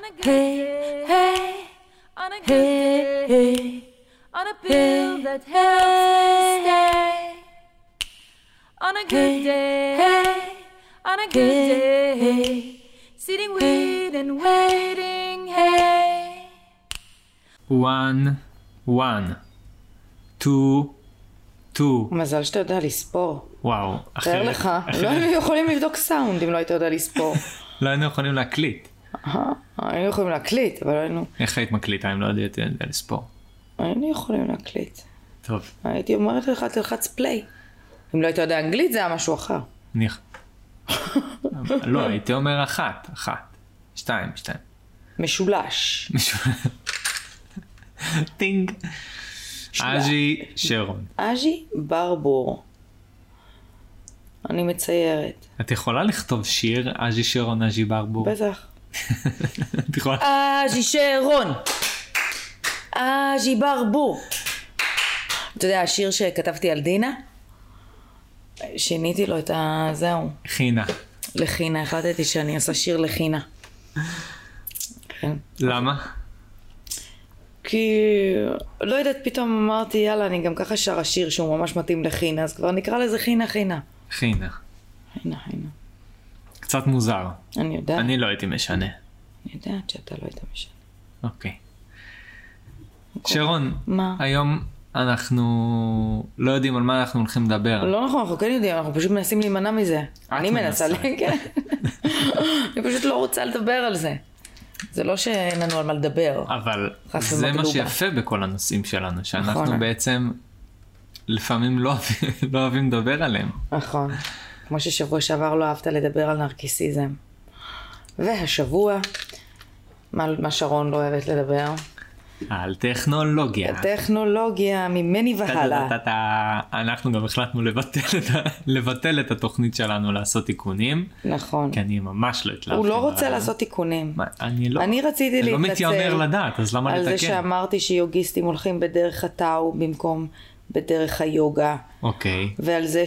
Hey, hey, hey, hey, on a pill that helps me stay. On a good day, hey, on a good day, sitting with and waiting, hey. 1, 1, 2, 2. מזל שאתה יודע לספור. וואו. תאר לך, לא היינו יכולים לבדוק סאונד אם לא היית יודע לספור. לא היינו יכולים להקליט. היינו יכולים להקליט, אבל היינו... איך היית מקליטה אם לא הייתי יודע לספור? היינו יכולים להקליט. טוב. הייתי אומרת לך, תלחץ פליי. אם לא היית יודע אנגלית זה היה משהו אחר. לא, הייתי אומר 1, 2. משולש. טינג. אג'י שרון. אג'י ברבור. אני מציירת. את יכולה לכתוב שיר, אג'י שרון, אג'י ברבור? בטח. את יכולה? אג'י שרון. אג'י ברבור. אתה יודע, השיר שכתבתי על דינה? שיניתי לו את זהו. חינה. לחינה, החלטתי שאני אעשה שיר לחינה. כן. למה? כי לא יודעת, פתאום אמרתי יאללה, אני גם ככה שר השיר שהוא ממש מתאים לחינה, אז כבר נקרא לזה חינה. חינה. חינה. קצת מוזר. אני יודעת. אני לא הייתי משנה. אני יודעת שאתה לא היית משנה. אוקיי. שרון, מה? היום אנחנו לא יודעים על מה אנחנו הולכים לדבר. לא נכון, אנחנו כן יודעים, אנחנו פשוט מנסים להימנע מזה. אני מנסה, כן. אני פשוט לא רוצה לדבר על זה. זה לא שאין לנו על מה לדבר. אבל זה מה שיפה בכל הנושאים שלנו, שאנחנו בעצם לפעמים לא אוהבים לדבר עליהם. נכון. כמו ששבוע שעבר לא אהבת לדבר על נרקיסיזם. והשבוע, מה שרון לא אוהבת לדבר? על טכנולוגיה. טכנולוגיה ממני והלאה. אנחנו גם החלטנו לבטל את התוכנית שלנו לעשות תיקונים. נכון. כי אני ממש לא התלהבתי. הוא לא רוצה לעשות תיקונים. אני רציתי להתנצל. לא מתיימר לדעת, אז למה לתקן? על זה שאמרתי שיוגיסטים הולכים בדרך הטאו במקום בדרך היוגה. אוקיי. ועל זה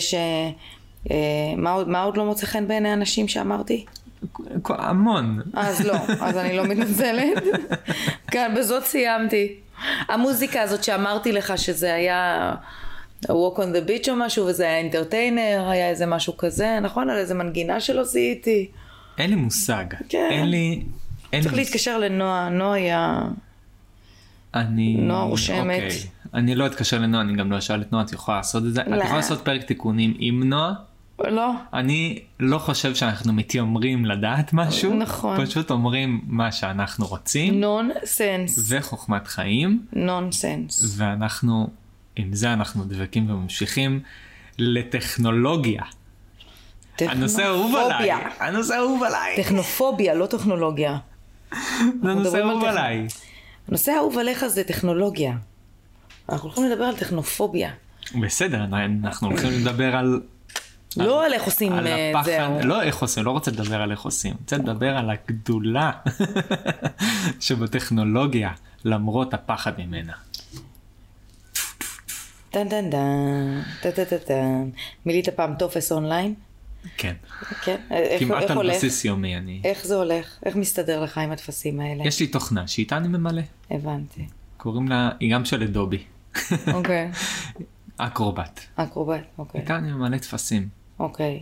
מה עוד לא מוצא חן בעיני אנשים שאמרתי? המון. אז לא, אז אני לא מתנצלת. כן, בזאת סיימתי. המוזיקה הזאת שאמרתי לך שזה היה Walk on the Beach או משהו, וזה היה אינטרטיינר, היה איזה משהו כזה, נכון? על איזה מנגינה שלו זיהיתי. אין לי מושג. כן. אין לי... צריך להתקשר לנועה, נועה היה... נועה רושמת. אוקיי. אני לא אתקשר לנועה, אני גם לא אשאל את נועה, את יכולה לעשות את זה? את יכולה לעשות פרק תיקונים עם נועה? לא. אני לא חושב שאנחנו מתיימרים לדעת משהו. נכון. פשוט אומרים מה שאנחנו רוצים. נונסנס. וחוכמת חיים. נונסנס. ואנחנו, עם זה אנחנו דבקים וממשיכים לטכנולוגיה. הנושא אהוב עליי. טכנופוביה, לא טכנולוגיה. זה נושא אהוב עליי. הנושא האהוב עליך זה טכנולוגיה. אנחנו הולכים לדבר על טכנופוביה. בסדר, אנחנו הולכים לדבר על... לא על איך עושים זהו. לא איך עושים, לא רוצה לדבר על איך עושים. רוצה לדבר על הגדולה שבטכנולוגיה, למרות הפחד ממנה. טן טן טן, טן טן טן. מילאת פעם טופס אונליין? כן. כן? כמעט על בסיס יומי אני. איך זה הולך? איך מסתדר לך עם הטפסים האלה? יש לי תוכנה שאיתה אני ממלא. הבנתי. קוראים לה, היא גם של אדובי. אוקיי. אקרובט. אוקיי. איתה אני ממלא טפסים. אוקיי.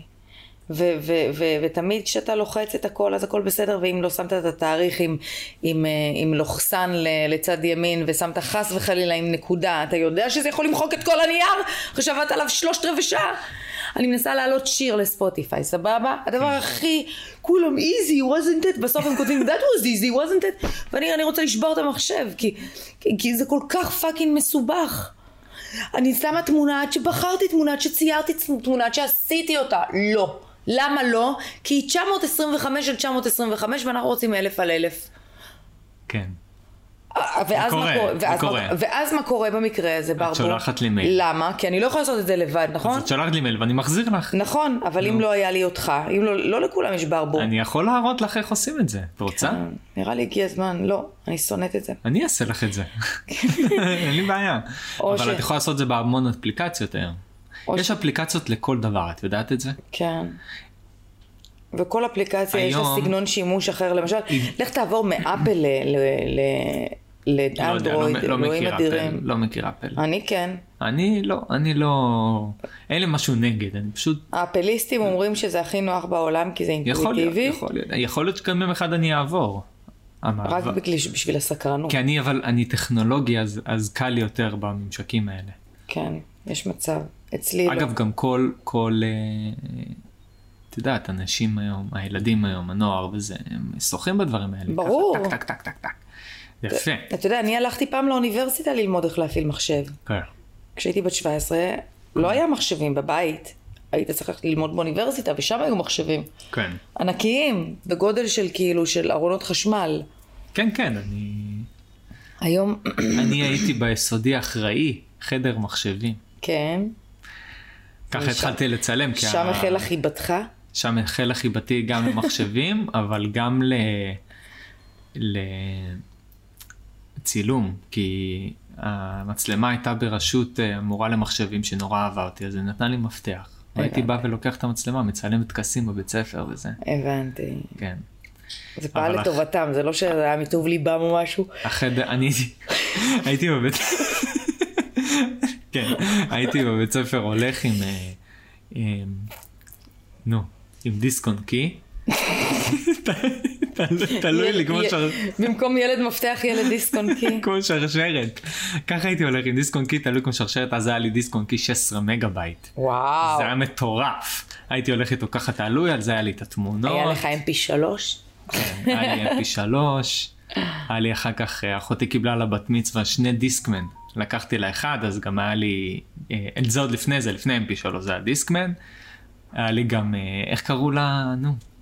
ותמיד כשאתה לוחץ את הכל, אז הכל בסדר, ואם לא שמת את התאריך עם לוחסן לצד ימין, ושמת חס וחלילה עם נקודה, אתה יודע שזה יכול למחוק את כל הנייר, חשבת עליו 3/4 שעה. אני מנסה להעלות שיר לספוטיפיי, סבבה? הדבר הכי, כולם easy, wasn't it? בסוף הם כותבים, that was easy, wasn't it? ואני רוצה לשבור את המחשב, כי זה כל כך פאקינג מסובך. אני שמה תמונה עד שבחרתי תמונה, עד שציירתי תמונה, עד שעשיתי אותה. לא. למה לא? כי היא 925 על 925 ואנחנו רוצים 1000 על 1000. כן. ואז מה קורה במקרה הזה, ברבור? את שולחת לי מייל. למה? כי אני לא יכולה לעשות את זה לבד, נכון? אז את שולחת לי מייל ואני מחזיר לך. נכון, אבל אם לא היה לי אותך, אם לא לכולם יש ברבור. אני יכול להראות לך איך עושים את זה. את רוצה? נראה לי הגיע הזמן. לא, אני שונאת את זה. אני אעשה לך את זה. אין לי בעיה. אבל את יכולה לעשות את זה בהמון אפליקציות היום. יש אפליקציות לכל דבר, את יודעת את זה? כן. וכל אפליקציה יש לה סגנון שימוש אחר, למשל, לך תעבור מאפל לאנדרואיד, אלוהים אדירים. לא מכיר אפל. אני כן. אני לא, אין לי משהו נגד, אני פשוט... האפליסטים אומרים שזה הכי נוח בעולם, כי זה אינטואיטיבי. יכול להיות שגם יום אחד אני אעבור. רק בשביל הסקרנות. כי אני טכנולוגי, אז קל לי יותר בממשקים האלה. כן, יש מצב. אצלי לא. אגב, גם כל את יודעת, אנשים היום, הילדים היום, הנוער וזה, הם שוחים בדברים האלה. ברור. טק, טק, טק, טק, טק. יפה. אתה יודע, אני הלכתי פעם לאוניברסיטה ללמוד איך להפעיל מחשב. כן. כשהייתי בת 17, לא היה מחשבים בבית. היית צריך ללמוד באוניברסיטה, ושם היו מחשבים. כן. ענקיים, בגודל של כאילו, של ארונות חשמל. כן, כן, היום... אני הייתי ביסודי אחראי, חדר מחשבים. כן. ככה התחלתי לצלם. שם החלה חיבתך? שם החלה חיבתי גם למחשבים, אבל גם לצילום, כי המצלמה הייתה בראשות המורה למחשבים שנורא אהבה אותי, אז היא נתנה לי מפתח. הייתי בא ולוקח את המצלמה, מצלם את טקסים בבית ספר וזה. הבנתי. כן. זה פעל לטובתם, זה לא שזה היה מטוב ליבם או משהו. אני הייתי בבית... כן, הייתי בבית ספר הולך עם דיסק און קי. תלוי לי כמו במקום ילד מפתח ילד דיסק און קי. כמו שרשרת. ככה הייתי הולך עם דיסק און קי, תלוי כמו שרשרת, אז היה לי דיסק און קי 16 מגה בייט. וואו. זה היה מטורף. הייתי הולך איתו ככה תלוי, על זה היה לי את התמונות. היה לך MP3? כן, היה לי MP3. היה לי אחר כך, אחותי קיבלה לבת מצווה 2 דיסקמן. לקחתי לאחד, אז גם היה לי, זה עוד לפני זה, לפני MP3, זה היה דיסקמן. היה לי גם, איך קראו לה,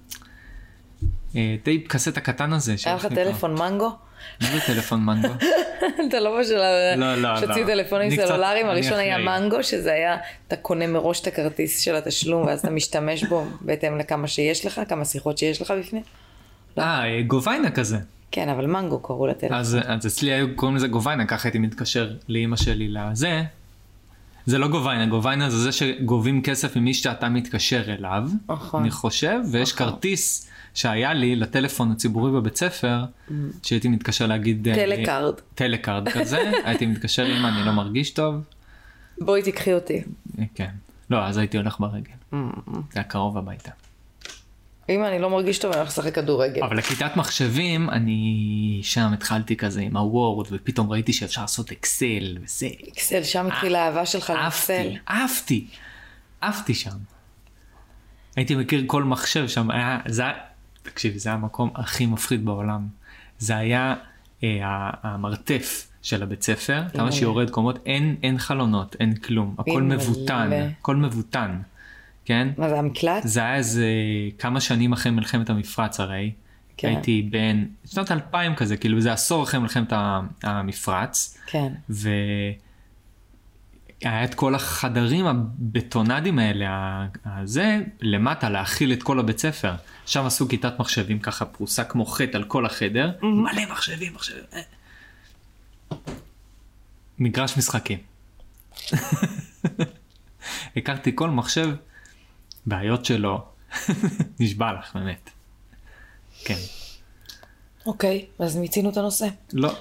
טייפ קסט הקטן הזה. היה לך טלפון מנגו? מה זה טלפון מנגו? אתה לא בשביל שציא טלפונים סלולריים, הראשון היה מנגו, שזה היה, אתה קונה מראש את הכרטיס של התשלום, ואז אתה משתמש בו בהתאם לכמה שיש לך, כמה שיחות שיש לך בפני. גוביינה כזה. כן, אבל מנגו קראו לטלפון. אז אצלי היו קוראים לזה גוביינה, ככה הייתי מתקשר לאמא שלי לזה. זה לא גוביינה, גוביינה זה זה שגובים כסף ממי שאתה מתקשר אליו, אני חושב, ויש כרטיס שהיה לי לטלפון הציבורי בבית ספר, שהייתי מתקשר להגיד... טלקארד. טלקארד כזה, הייתי מתקשר אמא, אני לא מרגיש טוב. בואי תקחי אותי. כן. לא, אז הייתי הולך ברגל. זה היה קרוב הביתה. אם אני לא מרגיש טוב, אני הולך לשחק כדורגל. אבל לכיתת מחשבים, אני שם התחלתי כזה עם הוורד, ופתאום ראיתי שאפשר לעשות אקסל וזה. אקסל, שם התחילה האהבה שלך לאקסל. אהבתי שם. הייתי מכיר כל מחשב שם, תקשיבי, זה היה המקום הכי מפחיד בעולם. זה היה המרתף של הבית ספר, כמה שיורד קומות, אין חלונות, אין כלום, הכל מבוטן. כן? מה זה המקלט? זה היה איזה כמה שנים אחרי מלחמת המפרץ הרי. כן. הייתי בין שנות 2000 כזה, כאילו זה עשור אחרי מלחמת המפרץ. כן. והיה את כל החדרים הבטונדים האלה, זה למטה להכיל את כל הבית ספר. שם עשו כיתת מחשבים ככה פרוסה כמו חטא על כל החדר. מלא מחשבים. מגרש משחקים. הכרתי כל מחשב בעיות שלו, נשבע לך באמת. כן. אוקיי, אז מיצינו את הנושא. לא.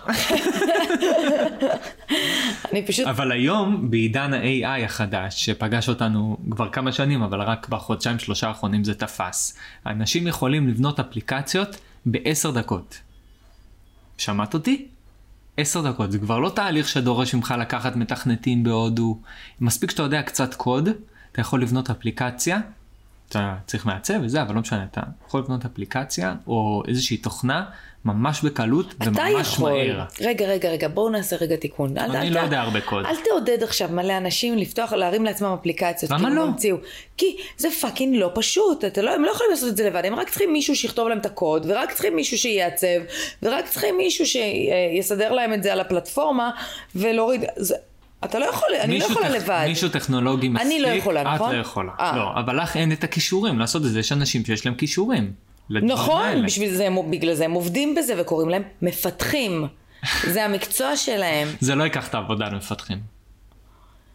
אני פשוט... אבל היום, בעידן ה-AI החדש, שפגש אותנו כבר כמה שנים, אבל רק בחודשיים 3 האחרונים זה תפס, אנשים יכולים לבנות אפליקציות ב10 דקות. שמעת אותי? 10 דקות, זה כבר לא תהליך שדורש ממך לקחת מתכנתים בהודו. מספיק שאתה יודע קצת קוד, אתה יכול לבנות אפליקציה, אתה צריך מעצב וזה, אבל לא משנה, אתה יכול לבנות אפליקציה או איזושהי תוכנה ממש בקלות וממש מהר. רגע, בואו נעשה רגע תיקון. אני לא יודע הרבה קוד. אל תעודד עכשיו מלא אנשים לפתוח, להרים לעצמם אפליקציות. למה לא? כי זה פאקינג לא פשוט, הם לא יכולים לעשות את זה לבד, הם רק צריכים מישהו שיכתוב להם את הקוד, ורק צריכים מישהו שיעצב, ורק צריכים מישהו שיסדר להם את זה על הפלטפורמה, ולהוריד... אתה לא יכול, אני לא יכולה לבד. מישהו טכנולוגי מספיק, אני לא יכולה, נכון? את לא יכולה. לא, אבל לך אין את הכישורים לעשות את זה, יש אנשים שיש להם כישורים. נכון, בגלל זה הם עובדים בזה וקוראים להם מפתחים. זה המקצוע שלהם. זה לא ייקח את העבודה למפתחים.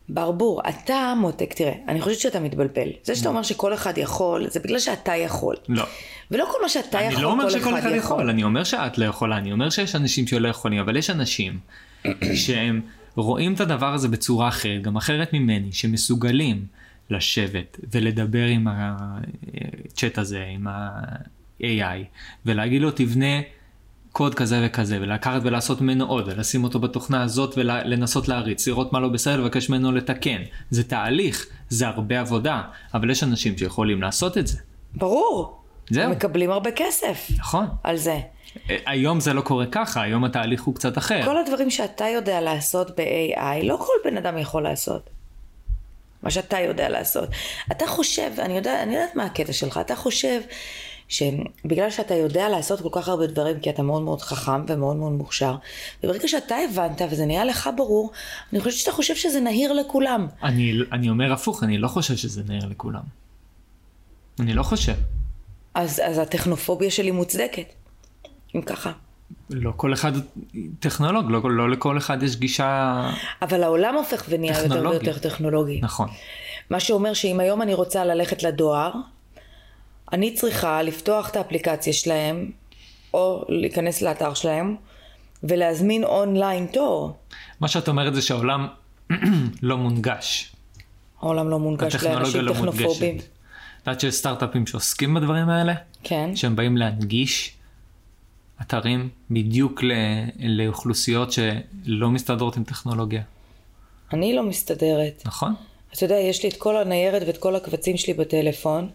ברבור, אתה מותק, תראה, אני חושבת שאתה מתבלבל. זה שאתה אומר שכל אחד יכול, זה בגלל שאתה יכול. לא. ולא כל מה שאתה יכול, אני לא אומר כל שכל אחד אחד יכול, אני אומר שאת לא יכולה, אני אומר שיש אנשים שלא יכולים, אבל יש אנשים שהם רואים את הדבר הזה בצורה אחרת, גם אחרת ממני, שמסוגלים לשבת ולדבר עם הצ'אט הזה, עם ה-AI, ולהגיד לו תבנה קוד כזה וכזה, ולקחת ולעשות ממנו עוד, ולשים אותו בתוכנה הזאת ולנסות להריץ, לראות מה לא בסדר, לבקש ממנו לתקן. זה תהליך, זה הרבה עבודה, אבל יש אנשים שיכולים לעשות את זה. ברור. זהו. הם מקבלים הרבה כסף. נכון. על זה. היום זה לא קורה ככה, היום התהליך הוא קצת אחר. כל הדברים שאתה יודע לעשות ב-AI, לא כל בן אדם יכול לעשות. מה שאתה יודע לעשות. אתה חושב, אני יודעת מה הקטע שלך, אתה חושב שבגלל שאתה יודע לעשות כל כך הרבה דברים, כי אתה מאוד מאוד חכם ומאוד מאוד מוכשר, וברגע שאתה הבנת וזה נהיה לך ברור, אני חושבת שאתה חושב שזה נהיר לכולם. אני אומר הפוך, אני לא חושב שזה נהיר לכולם. אני לא חושב. אז הטכנופוביה שלי מוצדקת. אם ככה. לא כל אחד טכנולוג, לא לכל אחד יש גישה... אבל העולם הופך ונהיה יותר ויותר טכנולוגי. נכון. מה שאומר שאם היום אני רוצה ללכת לדואר, אני צריכה לפתוח את האפליקציה שלהם, או להיכנס לאתר שלהם, ולהזמין אונליין תור. מה שאת אומרת זה שהעולם לא מונגש. העולם לא מונגש לאנשים טכנופובים. את יודעת שיש סטארט-אפים שעוסקים בדברים האלה? כן. שהם באים להנגיש אתרים בדיוק לאוכלוסיות שלא מסתדרות עם טכנולוגיה. אני לא מסתדרת. נכון. אתה יודע, יש לי את כל הניירת ואת כל הקבצים שלי בטלפון,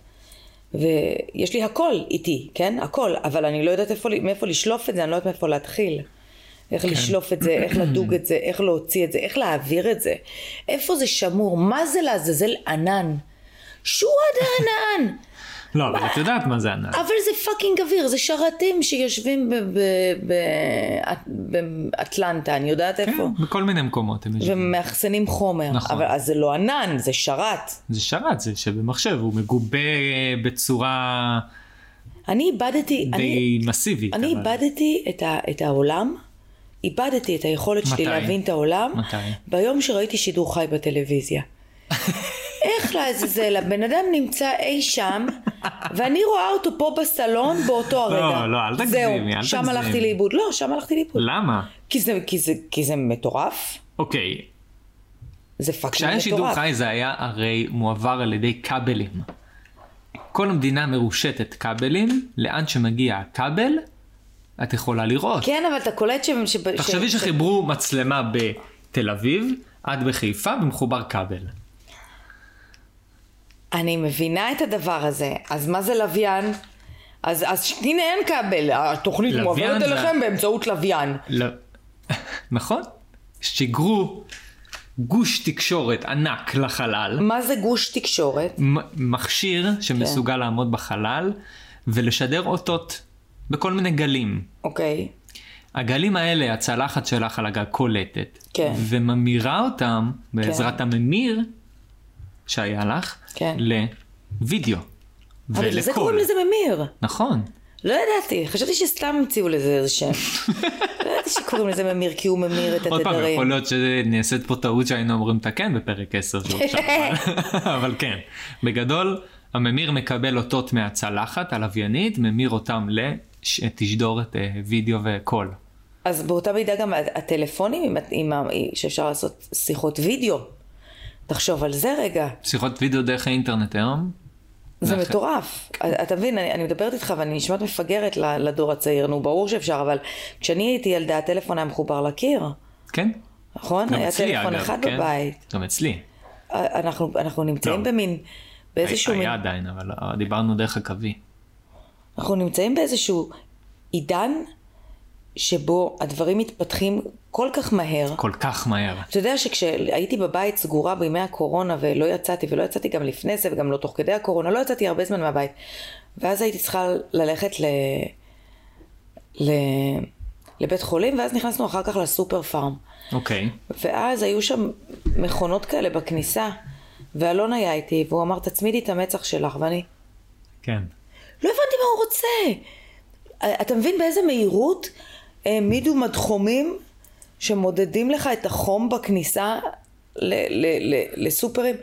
ויש לי הכל איתי, כן? הכל, אבל אני לא יודעת מאיפה לשלוף את זה, אני לא יודעת מאיפה להתחיל. איך לשלוף את זה, איך לדוג את זה, איך להוציא את זה, איך להעביר את זה. איפה זה שמור? מה זה לעזאזל ענן? שו עד הענן? לא, אבל את יודעת מה זה ענן. אבל זה פאקינג אוויר, זה שרתים שיושבים באטלנטה, אני יודעת איפה. כן, בכל מיני מקומות הם יושבים. ומאחסנים חומר. נכון. אבל אז זה לא ענן, זה שרת. זה שרת, זה שבמחשב, הוא מגובה בצורה די מסיבית. אני איבדתי את העולם, איבדתי את היכולת שלי להבין את העולם, ביום שראיתי שידור חי בטלוויזיה. איך לעזאזל, הבן אדם נמצא אי שם, ואני רואה אותו פה בסלון באותו הרגע. לא, אל תגזימי, זהו, שם הלכתי לאיבוד. לא, שם הלכתי לאיבוד. למה? כי זה מטורף. אוקיי. זה פאקינג מטורף. כשהיה שידור חי זה היה הרי מועבר על ידי כבלים. כל המדינה מרושתת כבלים, לאן שמגיע הכבל, את יכולה לראות. כן, אבל אתה קולט תחשבי שחיברו מצלמה בתל אביב, עד בחיפה, ומחובר כבל. אני מבינה את הדבר הזה. אז מה זה לוויין? אז הנה אין כבל, התוכנית מועברת אליכם באמצעות לוויין. נכון. שיגרו גוש תקשורת ענק לחלל. מה זה גוש תקשורת? מכשיר שמסוגל לעמוד בחלל ולשדר אותות בכל מיני גלים. אוקיי. הגלים האלה, הצלחת שלך על הגג קולטת. כן. וממירה אותם בעזרת הממיר שהיה לך לוידאו. אבל זה קוראים לזה ממיר. נכון. לא ידעתי, חשבתי שסתם המציאו לזה איזה שם. לא ידעתי שקוראים לזה ממיר, כי הוא ממיר את התדרים. עוד פעם, יכול להיות שנעשית פה טעות שהיינו אומרים לתקן בפרק 10 אבל כן, בגדול, הממיר מקבל אותות מהצלחת הלוויינית, ממיר אותם לתשדורת וידאו וקול. אז באותה מידה גם הטלפונים, שאפשר לעשות שיחות וידאו. תחשוב על זה רגע. שיחות וידאו דרך האינטרנט היום? זה מטורף. אתה מבין, אני מדברת איתך ואני נשמעת מפגרת לדור הצעיר, נו ברור שאפשר, אבל כשאני הייתי ילדה, הטלפון היה מחובר לקיר. כן. נכון? היה טלפון אחד בבית. גם אצלי. אנחנו נמצאים במין, באיזשהו... היה עדיין, אבל דיברנו דרך הקווי. אנחנו נמצאים באיזשהו עידן שבו הדברים מתפתחים כל כך מהר. כל כך מהר. אתה יודע שכשהייתי בבית סגורה בימי הקורונה ולא יצאתי, ולא יצאתי גם לפני זה וגם לא תוך כדי הקורונה, לא יצאתי הרבה זמן מהבית. ואז הייתי צריכה ללכת לבית חולים, ואז נכנסנו אחר כך לסופר פארם. אוקיי. ואז היו שם מכונות כאלה בכניסה, ואלון היה איתי, והוא אמר, תצמידי את המצח שלך, ואני... כן. לא הבנתי מה הוא רוצה. אתה מבין באיזה מהירות העמידו מדחומים שמודדים לך את החום בכניסה לסופרים.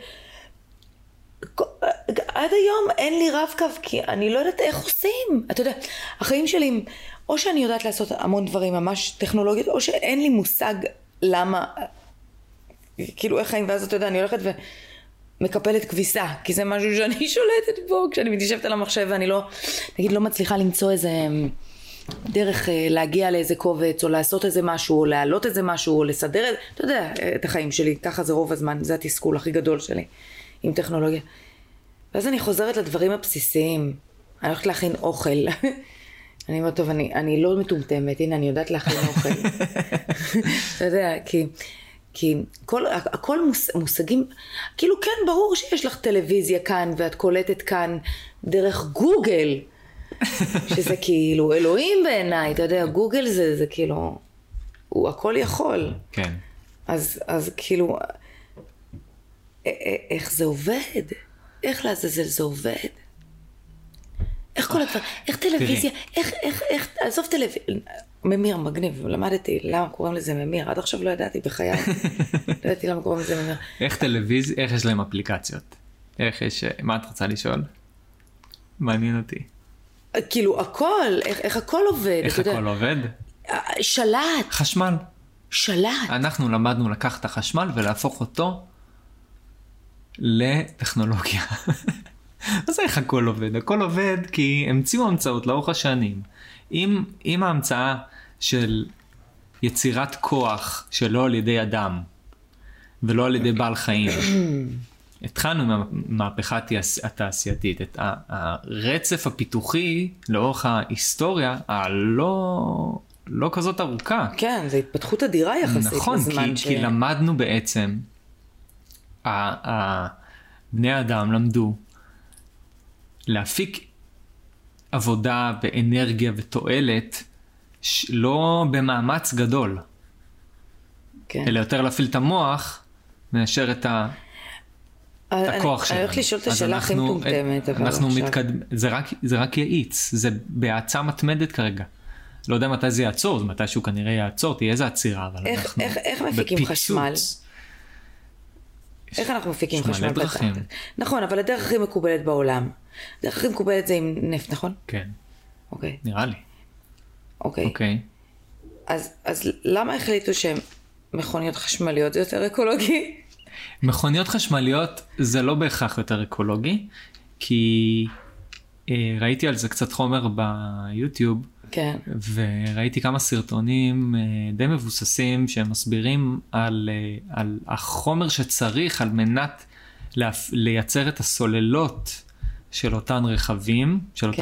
עד היום אין לי רב-קו, כי אני לא יודעת איך עושים. אתה יודע, החיים שלי, או שאני יודעת לעשות המון דברים ממש טכנולוגיות, או שאין לי מושג למה, כאילו איך חיים, ואז אתה יודע, אני הולכת ומקפלת כביסה, כי זה משהו שאני שולטת בו, כשאני מתיישבת על המחשב ואני לא, נגיד, לא מצליחה למצוא איזה דרך להגיע לאיזה קובץ, או לעשות איזה משהו, או להעלות איזה משהו, או לסדר את, אתה יודע, את החיים שלי, ככה זה רוב הזמן, זה התסכול הכי גדול שלי עם טכנולוגיה. ואז אני חוזרת לדברים הבסיסיים, אני הולכת להכין אוכל, אני אומרת, טוב, אני לא מטומטמת, הנה, אני יודעת להכין אוכל. אתה יודע, כי הכל מושגים, כאילו כן, ברור שיש לך טלוויזיה כאן, ואת קולטת כאן דרך גוגל, שזה כאילו אלוהים בעיניי, אתה יודע, גוגל זה כאילו, הוא הכל יכול. כן. אז כאילו, איך זה עובד? איך לעזאזל זה עובד? איך כל הדבר, איך טלוויזיה, איך, עזוב טלוויזיה, ממיר, מגניב, למדתי למה קוראים לזה ממיר, עד עכשיו לא ידעתי בחיי, לא ידעתי למה קוראים לזה ממיר. איך טלוויזיה, איך יש להם אפליקציות? איך יש, מה את רוצה לשאול? מעניין אותי. כאילו הכל, איך הכל עובד. איך הכל עובד? שלט. חשמל. שלט. אנחנו למדנו לקחת את החשמל ולהפוך אותו לטכנולוגיה. אז איך הכל עובד? הכל עובד כי המציאו המצאות לאורך השנים. אם ההמצאה של יצירת כוח שלא על ידי אדם ולא על ידי בעל חיים, התחלנו מהמהפכה התעשייתית, את הרצף הפיתוחי לאורך ההיסטוריה הלא כזאת ארוכה. כן, זה התפתחות אדירה יחסית. נכון, כי למדנו בעצם, בני האדם למדו להפיק עבודה ואנרגיה ותועלת לא במאמץ גדול, כן. אלא יותר להפעיל את המוח מאשר את הכוח שלנו. אני הולך לשאול את השאלה הכי מטומטמת, אבל זה רק יעיץ, זה בהאצה מתמדת כרגע. לא יודע מתי זה יעצור, מתישהו כנראה יעצור, תהיה איזה עצירה, אבל אנחנו איך מפיקים חשמל? איך אנחנו מפיקים חשמל? דרכים. נכון, אבל הדרך הכי מקובלת בעולם. הדרך הכי מקובלת זה עם נפט, נכון? כן. אוקיי. נראה לי. אוקיי. אז למה החליטו שמכוניות חשמליות זה יותר אקולוגי? מכוניות חשמליות זה לא בהכרח יותר אקולוגי, כי ראיתי על זה קצת חומר ביוטיוב, כן. וראיתי כמה סרטונים די מבוססים שמסבירים על החומר שצריך על מנת לייצר את הסוללות של אותם רכבים,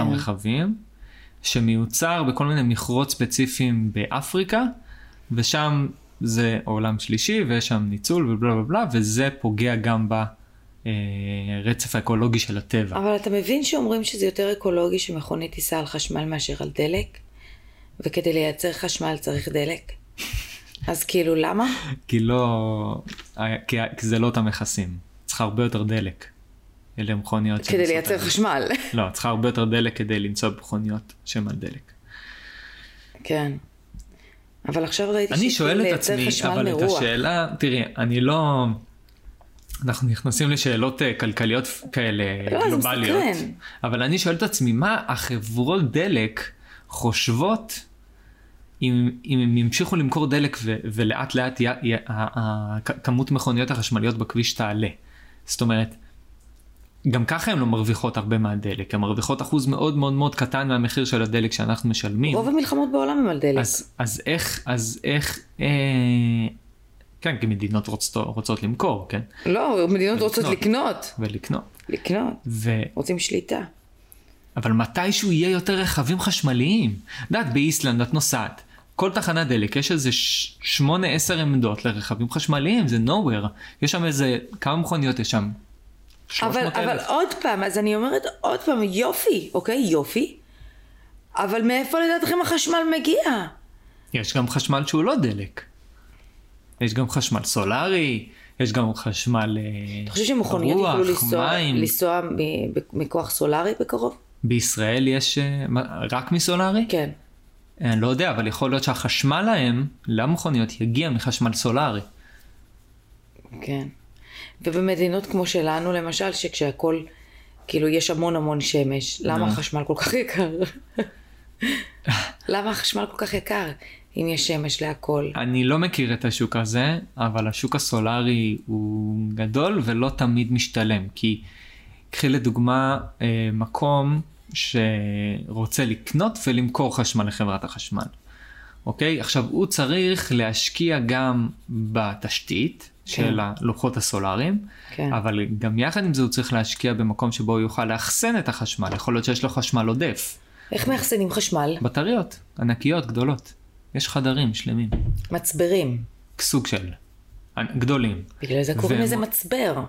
שמיוצר בכל מיני מכרות ספציפיים באפריקה, ושם זה עולם שלישי, ויש שם ניצול ובלה בלה בלה, וזה פוגע גם ברצף האקולוגי של הטבע. אבל אתה מבין שאומרים שזה יותר אקולוגי שמכונית תיסע על חשמל מאשר על דלק? וכדי לייצר חשמל צריך דלק? אז כאילו למה? כי זה לא אותם מכסים. צריך הרבה יותר דלק. אלה מכוניות כדי לייצר חשמל. לא, צריך הרבה יותר דלק כדי למצוא מכוניות שהן על דלק. כן. אבל עכשיו ראיתי אני שואל את עצמי, אבל את השאלה, תראי, אני לא, אנחנו נכנסים לשאלות כלכליות כאלה גלובליות, אבל אני שואל את עצמי, מה החברות דלק חושבות אם הם ימשיכו למכור דלק ולאט לאט כמות מכוניות החשמליות בכביש תעלה? זאת אומרת, גם ככה הן לא מרוויחות הרבה מהדלק, הן מרוויחות אחוז מאוד מאוד מאוד קטן מהמחיר של הדלק שאנחנו משלמים. רוב המלחמות בעולם הם על דלק. אז איך, כן, כי מדינות רוצות למכור, כן? לא, מדינות רוצות לקנות. לקנות. רוצים שליטה. אבל מתישהו יהיה יותר רכבים חשמליים. דעת, באיסלנד את נוסעת, כל תחנת דלק יש איזה 8-10 עמדות לרכבים חשמליים, זה nowhere. יש שם איזה, כמה מכוניות יש שם? אבל עוד פעם, אז אני אומרת עוד פעם, יופי, אוקיי, יופי, אבל מאיפה לדעתכם החשמל מגיע? יש גם חשמל שהוא לא דלק. יש גם חשמל סולרי, יש גם חשמל רוח, אתה חושב שמכוניות יוכלו לנסוע מכוח סולרי בקרוב? בישראל יש רק מסולרי? כן. אני לא יודע, אבל יכול להיות שהחשמל להם, למכוניות, יגיע מחשמל סולרי. כן. ובמדינות כמו שלנו, למשל, שכשהכל, כאילו, יש המון שמש, למה החשמל כל כך יקר? למה החשמל כל כך יקר, אם יש שמש להכל? אני לא מכיר את השוק הזה, אבל השוק הסולרי הוא גדול ולא תמיד משתלם, כי קחי לדוגמה מקום שרוצה לקנות ולמכור חשמל לחברת החשמל. אוקיי? עכשיו הוא צריך להשקיע גם בתשתית של הלוחות הסולריים, אבל גם יחד עם זה הוא צריך להשקיע במקום שבו הוא יוכל לאחסן את החשמל. יכול להיות שיש לו חשמל עודף. איך מאחסנים חשמל? בטריות, ענקיות, גדולות. יש חדרים שלמים. מצברים. סוג של. גדולים. בגלל זה קוראים לזה מצבר.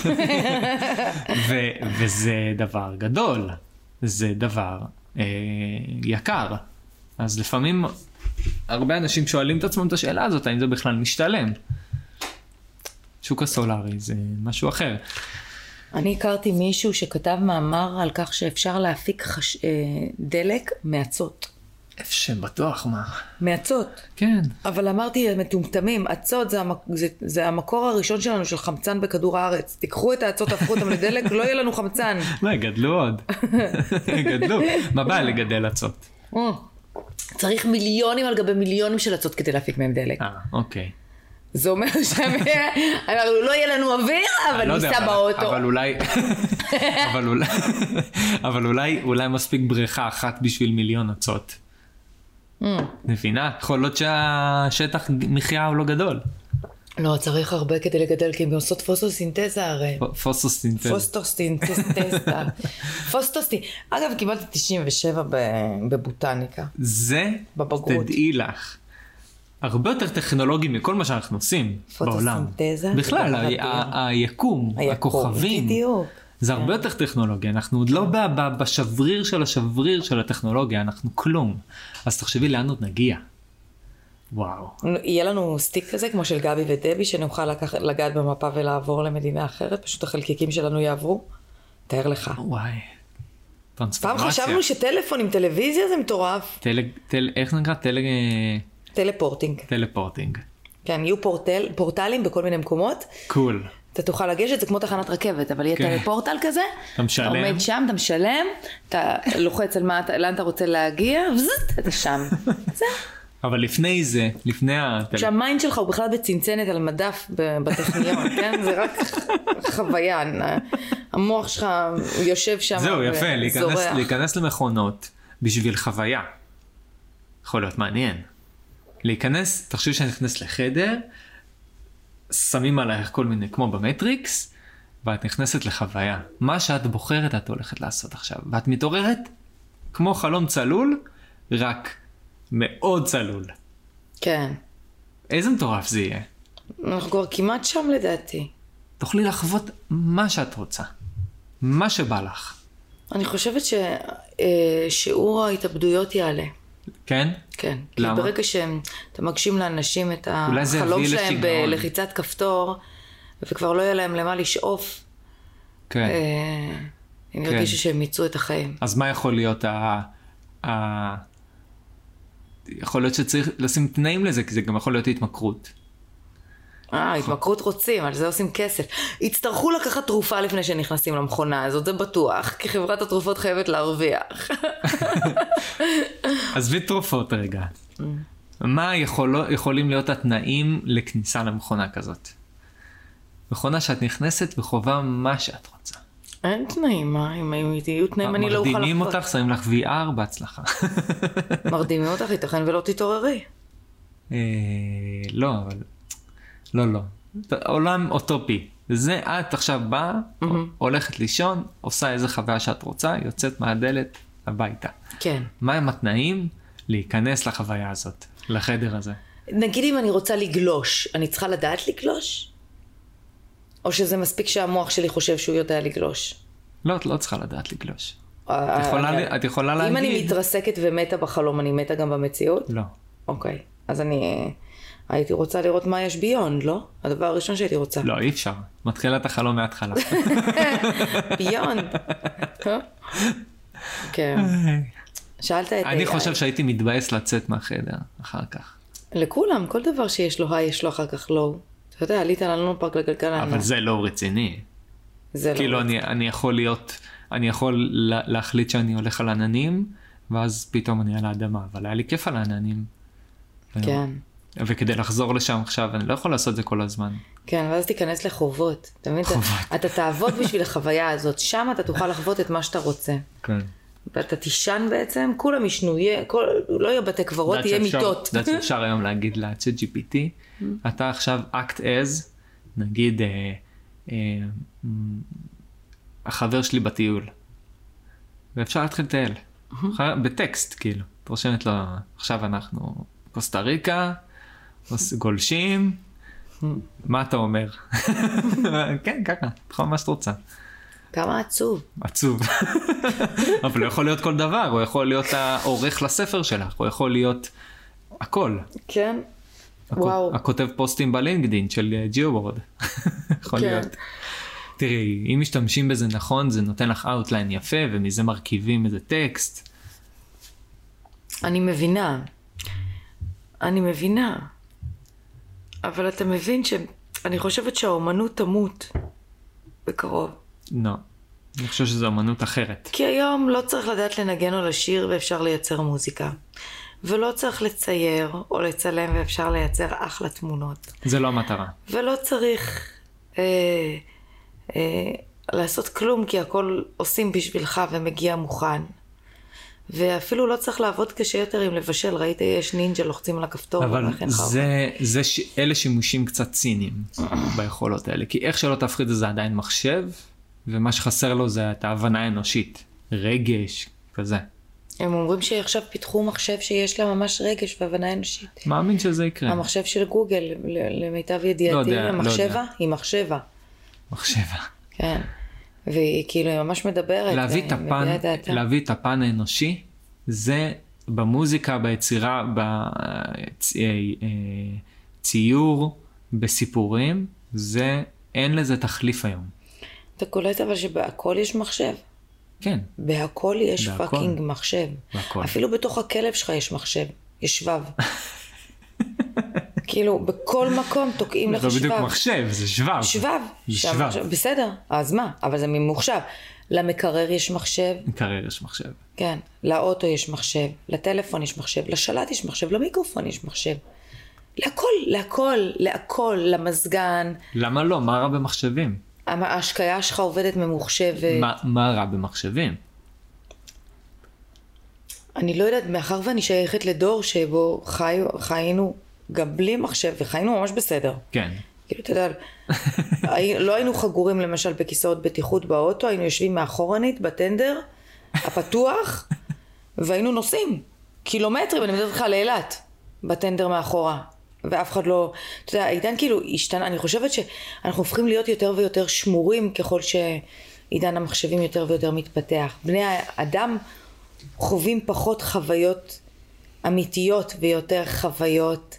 וזה דבר גדול. זה דבר יקר. אז לפעמים הרבה אנשים שואלים את עצמם את השאלה הזאת, האם זה בכלל משתלם. שוק הסולרי זה משהו אחר. אני הכרתי מישהו שכתב מאמר על כך שאפשר להפיק דלק מאצות. אפשר, בטוח, מה? מאצות. כן. אבל אמרתי, מטומטמים, אצות זה המקור הראשון שלנו של חמצן בכדור הארץ. תיקחו את האצות, תהפכו אותם לדלק, לא יהיה לנו חמצן. לא, גדלו עוד. גדלו. מה בא לגדל אצות? צריך מיליונים על גבי מיליונים של אצות כדי להפיק מהם דלק. אוקיי. זה אומר לא יהיה לנו אוויר, אבל ניסע באוטו. אבל אולי מספיק בריכה אחת בשביל מיליון אצות. מבינה? יכול להיות שהשטח מחיה הוא לא גדול. לא, צריך הרבה כדי לגדל, כי הם עושות פוסטוסינתזה הרי. פוסטוסינתזה. אגב, קיבלתי 97 בבוטניקה. זה, תדעי לך. הרבה יותר טכנולוגי מכל מה שאנחנו עושים בעולם. פוטוסינתזה. בכלל, היקום, הכוכבים. בדיוק. זה הרבה יותר טכנולוגיה. אנחנו עוד לא בשבריר של השבריר של הטכנולוגיה, אנחנו כלום. אז תחשבי לאן עוד נגיע. וואו. יהיה לנו סטיק כזה כמו של גבי ודבי, שנוכל לגעת במפה ולעבור למדינה אחרת, פשוט החלקיקים שלנו יעברו. תאר לך. וואי. פעם חשבנו שטלפון עם טלוויזיה זה מטורף. איך נקרא? טלפורטינג. טלפורטינג. כן, יהיו פורטלים בכל מיני מקומות. קול. אתה תוכל לגשת, זה כמו תחנת רכבת, אבל יהיה טלפורטל כזה. אתה משלם. אתה עומד שם, אתה משלם, אתה לוחץ על לאן אתה רוצה להגיע, אתה שם. זה. אבל לפני זה, שהמיינד שלך הוא בכלל בצנצנת על מדף בטכניון, כן? זה רק חוויה. המוח שלך יושב שם זהו, יפה, להיכנס למכונות בשביל חוויה. יכול להיות מעניין. להיכנס, תחשבי שאני נכנס לחדר, שמים עלייך כל מיני, כמו במטריקס, ואת נכנסת לחוויה. מה שאת בוחרת את הולכת לעשות עכשיו. ואת מתעוררת כמו חלום צלול, רק מאוד צלול. כן. איזה מטורף זה יהיה? אנחנו כבר כמעט שם לדעתי. תוכלי לחוות מה שאת רוצה. מה שבא לך. אני חושבת ששיעור ההתאבדויות יעלה. כן? כן. למה? כי ברגע שאתה מגשים לאנשים את החלום שלהם בלחיצת כפתור, וכבר לא יהיה להם למה לשאוף, כן. הם ירגישו שהם מיצו את החיים. אז מה יכול להיות יכול להיות שצריך לשים תנאים לזה, כי זה גם יכול להיות התמכרות. התמכרות רוצים, על זה עושים כסף. יצטרכו לקחת תרופה לפני שנכנסים למכונה הזאת, זה בטוח, כי חברת התרופות חייבת להרוויח. עזבי תרופות רגע. מה יכולים להיות התנאים לכניסה למכונה כזאת? מכונה שאת נכנסת וחובה מה שאת רוצה. אין תנאים, מה? אם יהיו תנאים אני לא אוכל לחוות. מרדימים אותך, שמים לך VR בהצלחה. מרדימים אותך, ייתכן ולא תתעוררי. לא, אבל... לא. עולם אוטופי. זה את עכשיו באה, הולכת לישון, עושה איזה חוויה שאת רוצה, יוצאת מהדלת הביתה. כן. מה הם התנאים להיכנס לחוויה הזאת, לחדר הזה? נגיד אם אני רוצה לגלוש, אני צריכה לדעת לגלוש? או שזה מספיק שהמוח שלי חושב שהוא יודע לגלוש? לא, את לא צריכה לדעת לגלוש. את יכולה להגיד... אם אני מתרסקת ומתה בחלום, אני מתה גם במציאות? לא. אוקיי. אז אני הייתי רוצה לראות מה יש ביונד, לא? הדבר הראשון שהייתי רוצה. לא, אי אפשר. מתחילה את החלום מההתחלה. ביונד. כן. שאלת את... אני חושב שהייתי מתבאס לצאת מהחדר אחר כך. לכולם, כל דבר שיש לו היי, יש לו אחר כך לא. אתה יודע, עלית ללונה פארק לגלגלן. אבל זה לא רציני. זה לא כאילו רציני. אני יכול להחליט שאני הולך על עננים, ואז פתאום אני על האדמה, אבל היה לי כיף על העננים. כן. וכדי לחזור לשם עכשיו, אני לא יכול לעשות זה כל הזמן. כן, ואז תיכנס לחובות. אתה מבין? אתה תעבוד בשביל החוויה הזאת. שם אתה תוכל לחוות את מה שאתה רוצה. כן. ואתה תישן בעצם, כולם ישנו, לא יהיה בתי קברות, יהיה מיטות. יודעת שאפשר היום להגיד ל-ChatGPT, אתה עכשיו act as, נגיד, החבר שלי בטיול. ואפשר להתחיל לטייל. בטקסט, כאילו. את רושמת לו, עכשיו אנחנו קוסטה ריקה, גולשים, מה אתה אומר? כן, ככה, תחום מה שאת רוצה. כמה עצוב. עצוב. אבל הוא יכול להיות כל דבר, הוא יכול להיות העורך לספר שלך, הוא יכול להיות הכל. כן, וואו. הכותב פוסטים בלינקדין של ג'יובורד. יכול להיות. תראי, אם משתמשים בזה נכון, זה נותן לך אאוטליין יפה, ומזה מרכיבים איזה טקסט. אני מבינה. אבל אתה מבין שאני חושבת שהאומנות תמות בקרוב. לא, אני חושב שזו אמנות אחרת. כי היום לא צריך לדעת לנגן או לשיר ואפשר לייצר מוזיקה. ולא צריך לצייר או לצלם ואפשר לייצר אחלה תמונות. זה לא המטרה. ולא צריך לעשות כלום כי הכל עושים בשבילך ומגיע מוכן. ואפילו לא צריך לעבוד קשה יותר עם לבשל. ראית, יש נינג'ה לוחצים על הכפתור. אבל אלה שימושים קצת ציניים ביכולות האלה. כי איך שלא תפחיד זה עדיין מחשב, ומה שחסר לו זה את ההבנה האנושית. רגש, כזה. הם אומרים שעכשיו פיתחו מחשב שיש לה ממש רגש והבנה אנושית. מאמין שזה יקרה. המחשב של גוגל, למיטב ידיעתי, המחשבה היא מחשבה. מחשבה. כן. והיא כאילו היא ממש מדברת. להביא את הפן האנושי, זה במוזיקה, ביצירה, בציור, בסיפורים, זה אין לזה תחליף היום. אתה קולט אבל שבהכל יש מחשב. כן. בהכל יש פאקינג מחשב. בהכל. אפילו בתוך הכלב שלך יש מחשב. יש שבב. כאילו, בכל מקום תוקעים לך שבב. זה בדיוק מחשב, זה שבב. שבב. בסדר, אז מה? אבל זה ממוחשב. למקרר יש מחשב. מקרר יש מחשב. כן. לאוטו יש מחשב. לטלפון יש מחשב. לשלט יש מחשב. למיקרופון יש מחשב. להכל. למזגן. למה לא? מה רע במחשבים? ההשקיה שלך עובדת ממוחשבת. מה רע במחשבים? אני לא יודעת, מאחר ואני שייכת לדור שבו חיינו גם בלי מחשב, וחיינו ממש בסדר. כן. כאילו, אתה יודע, לא היינו חגורים למשל בכיסאות בטיחות באוטו, היינו יושבים מאחורנית בטנדר הפתוח, והיינו נוסעים קילומטרים, אני מדברת לך לאילת, בטנדר מאחורה. ואף אחד לא, אתה יודע, העידן כאילו השתנה, אני חושבת שאנחנו הופכים להיות יותר ויותר שמורים ככל שעידן המחשבים יותר ויותר מתפתח. בני האדם חווים פחות חוויות אמיתיות ויותר חוויות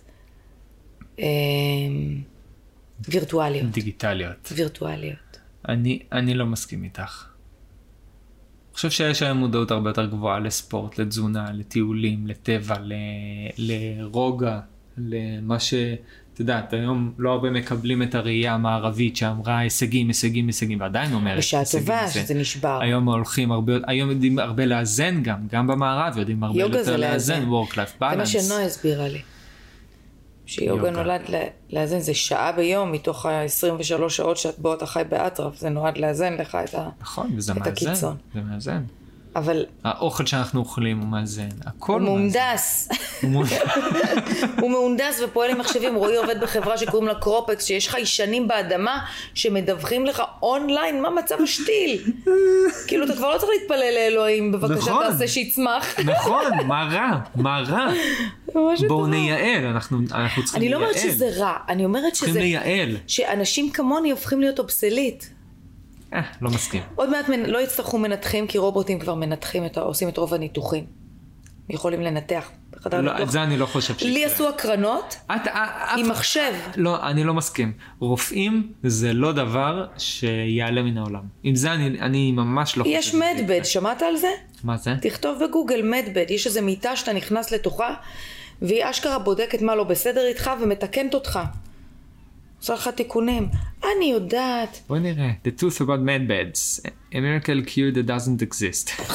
וירטואליות. דיגיטליות. וירטואליות. אני לא מסכים איתך. אני חושב שיש היום מודעות הרבה יותר גבוהה לספורט, לתזונה, לטיולים, לטבע, לרוגע. למה את יודעת, היום לא הרבה מקבלים את הראייה המערבית שאמרה הישגים, ועדיין אומרת בשעה טובה שזה נשבר. היום יודעים הרבה לאזן גם במערב יודעים הרבה יותר לאזן, work-life balance. זה מה שנועה הסבירה לי. שיוגה נולד לאזן, זה שעה ביום מתוך ה-23 שעות שאת בו אתה חי באטרף, זה נועד לאזן לך את הקיצון. נכון, וזה מאזן, זה מאזן. אבל האוכל שאנחנו אוכלים הוא מאזן, הכל הוא מהונדס. הוא מהונדס ופועל עם מחשבים. רועי עובד בחברה שקוראים לה קרופקס, שיש חיישנים באדמה שמדווחים לך אונליין מה מצב השתיל. כאילו אתה כבר לא צריך להתפלל לאלוהים, בבקשה תעשה שיצמח. נכון, מה רע? בואו נייעל, אנחנו צריכים לייעל. אני לא אומרת שזה רע, אני אומרת לייעל. שאנשים כמוני הופכים להיות אובסלית. לא מסכים. עוד מעט לא יצטרכו מנתחים, כי רובוטים כבר מנתחים, עושים את רוב הניתוחים. יכולים לנתח. לא, את זה אני לא חושב שיקרה. לי עשו הקרנות עם מחשב. לא, אני לא מסכים. רופאים זה לא דבר שיעלה מן העולם. עם זה אני ממש לא חושב. יש מדבד, שמעת על זה? מה זה? תכתוב בגוגל מדבד, יש איזו מיטה שאתה נכנס לתוכה, והיא אשכרה בודקת מה לא בסדר איתך ומתקנת אותך. עושה לך תיקונים. אני יודעת. בואי נראה. The truth about med beds. A miracle cure that doesn't exist.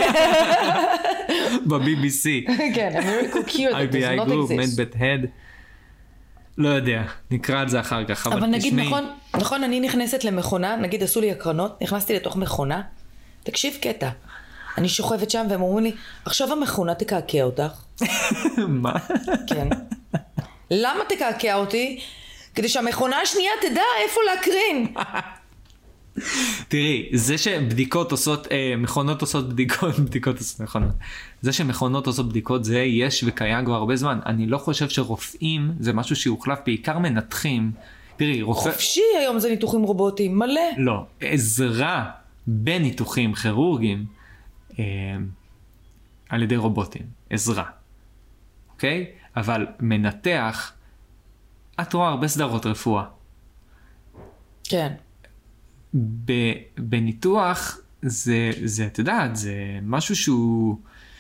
ב-BBC. כן, a miracle cure that does IBI not group, exist. med bed head. לא יודע, נקרא על זה אחר כך, אבל נגיד, תשמעי. נכון, אני נכנסת למכונה, נגיד עשו לי הקרנות, נכנסתי לתוך מכונה, תקשיב קטע. אני שוכבת שם והם אומרים לי, עכשיו המכונה תקעקע אותך. מה? כן. למה תקעקע אותי? כדי שהמכונה השנייה תדע איפה להקרין. תראי, זה שבדיקות עושות, מכונות עושות בדיקות עושות מכונות. זה שמכונות עושות בדיקות, זה יש וקיים כבר הרבה זמן. אני לא חושב שרופאים זה משהו שיוחלף, בעיקר מנתחים. תראי, רופא... חופשי היום זה ניתוחים רובוטיים, מלא. לא, עזרה בניתוחים כירורגיים על ידי רובוטים, עזרה. אוקיי? אבל מנתח, את רואה הרבה סדרות רפואה. כן. בניתוח זה, את יודעת, זה משהו שהוא...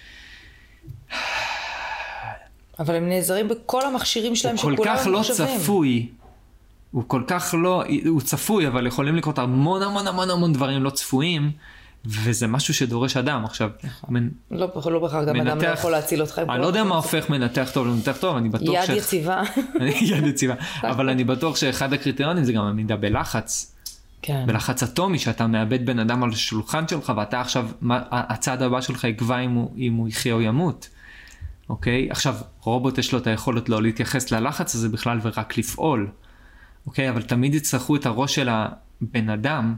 אבל הם נעזרים בכל המכשירים שלהם הוא כל כך לא שווים. צפוי. הוא כל כך לא, הוא צפוי, אבל יכולים לקרות המון דברים לא צפויים, וזה משהו שדורש אדם. עכשיו, לא בהכרח גם אדם לא יכול להציל אותך. אני לא יודע מה הופך מנתח טוב למנתח טוב, אני בטוח יד יציבה. יד יציבה. אבל אני בטוח שאחד הקריטריונים זה גם עמידה בלחץ. כן. בלחץ אטומי, שאתה מאבד בן אדם על השולחן שלך, ואתה עכשיו, הצעד הבא שלך יקבע אם הוא יחיה או ימות. אוקיי? עכשיו, רובוט יש לו את היכולת לא להתייחס ללחץ הזה בכלל ורק לפעול. אוקיי? אבל תמיד יצטרכו את הראש של הבן אדם,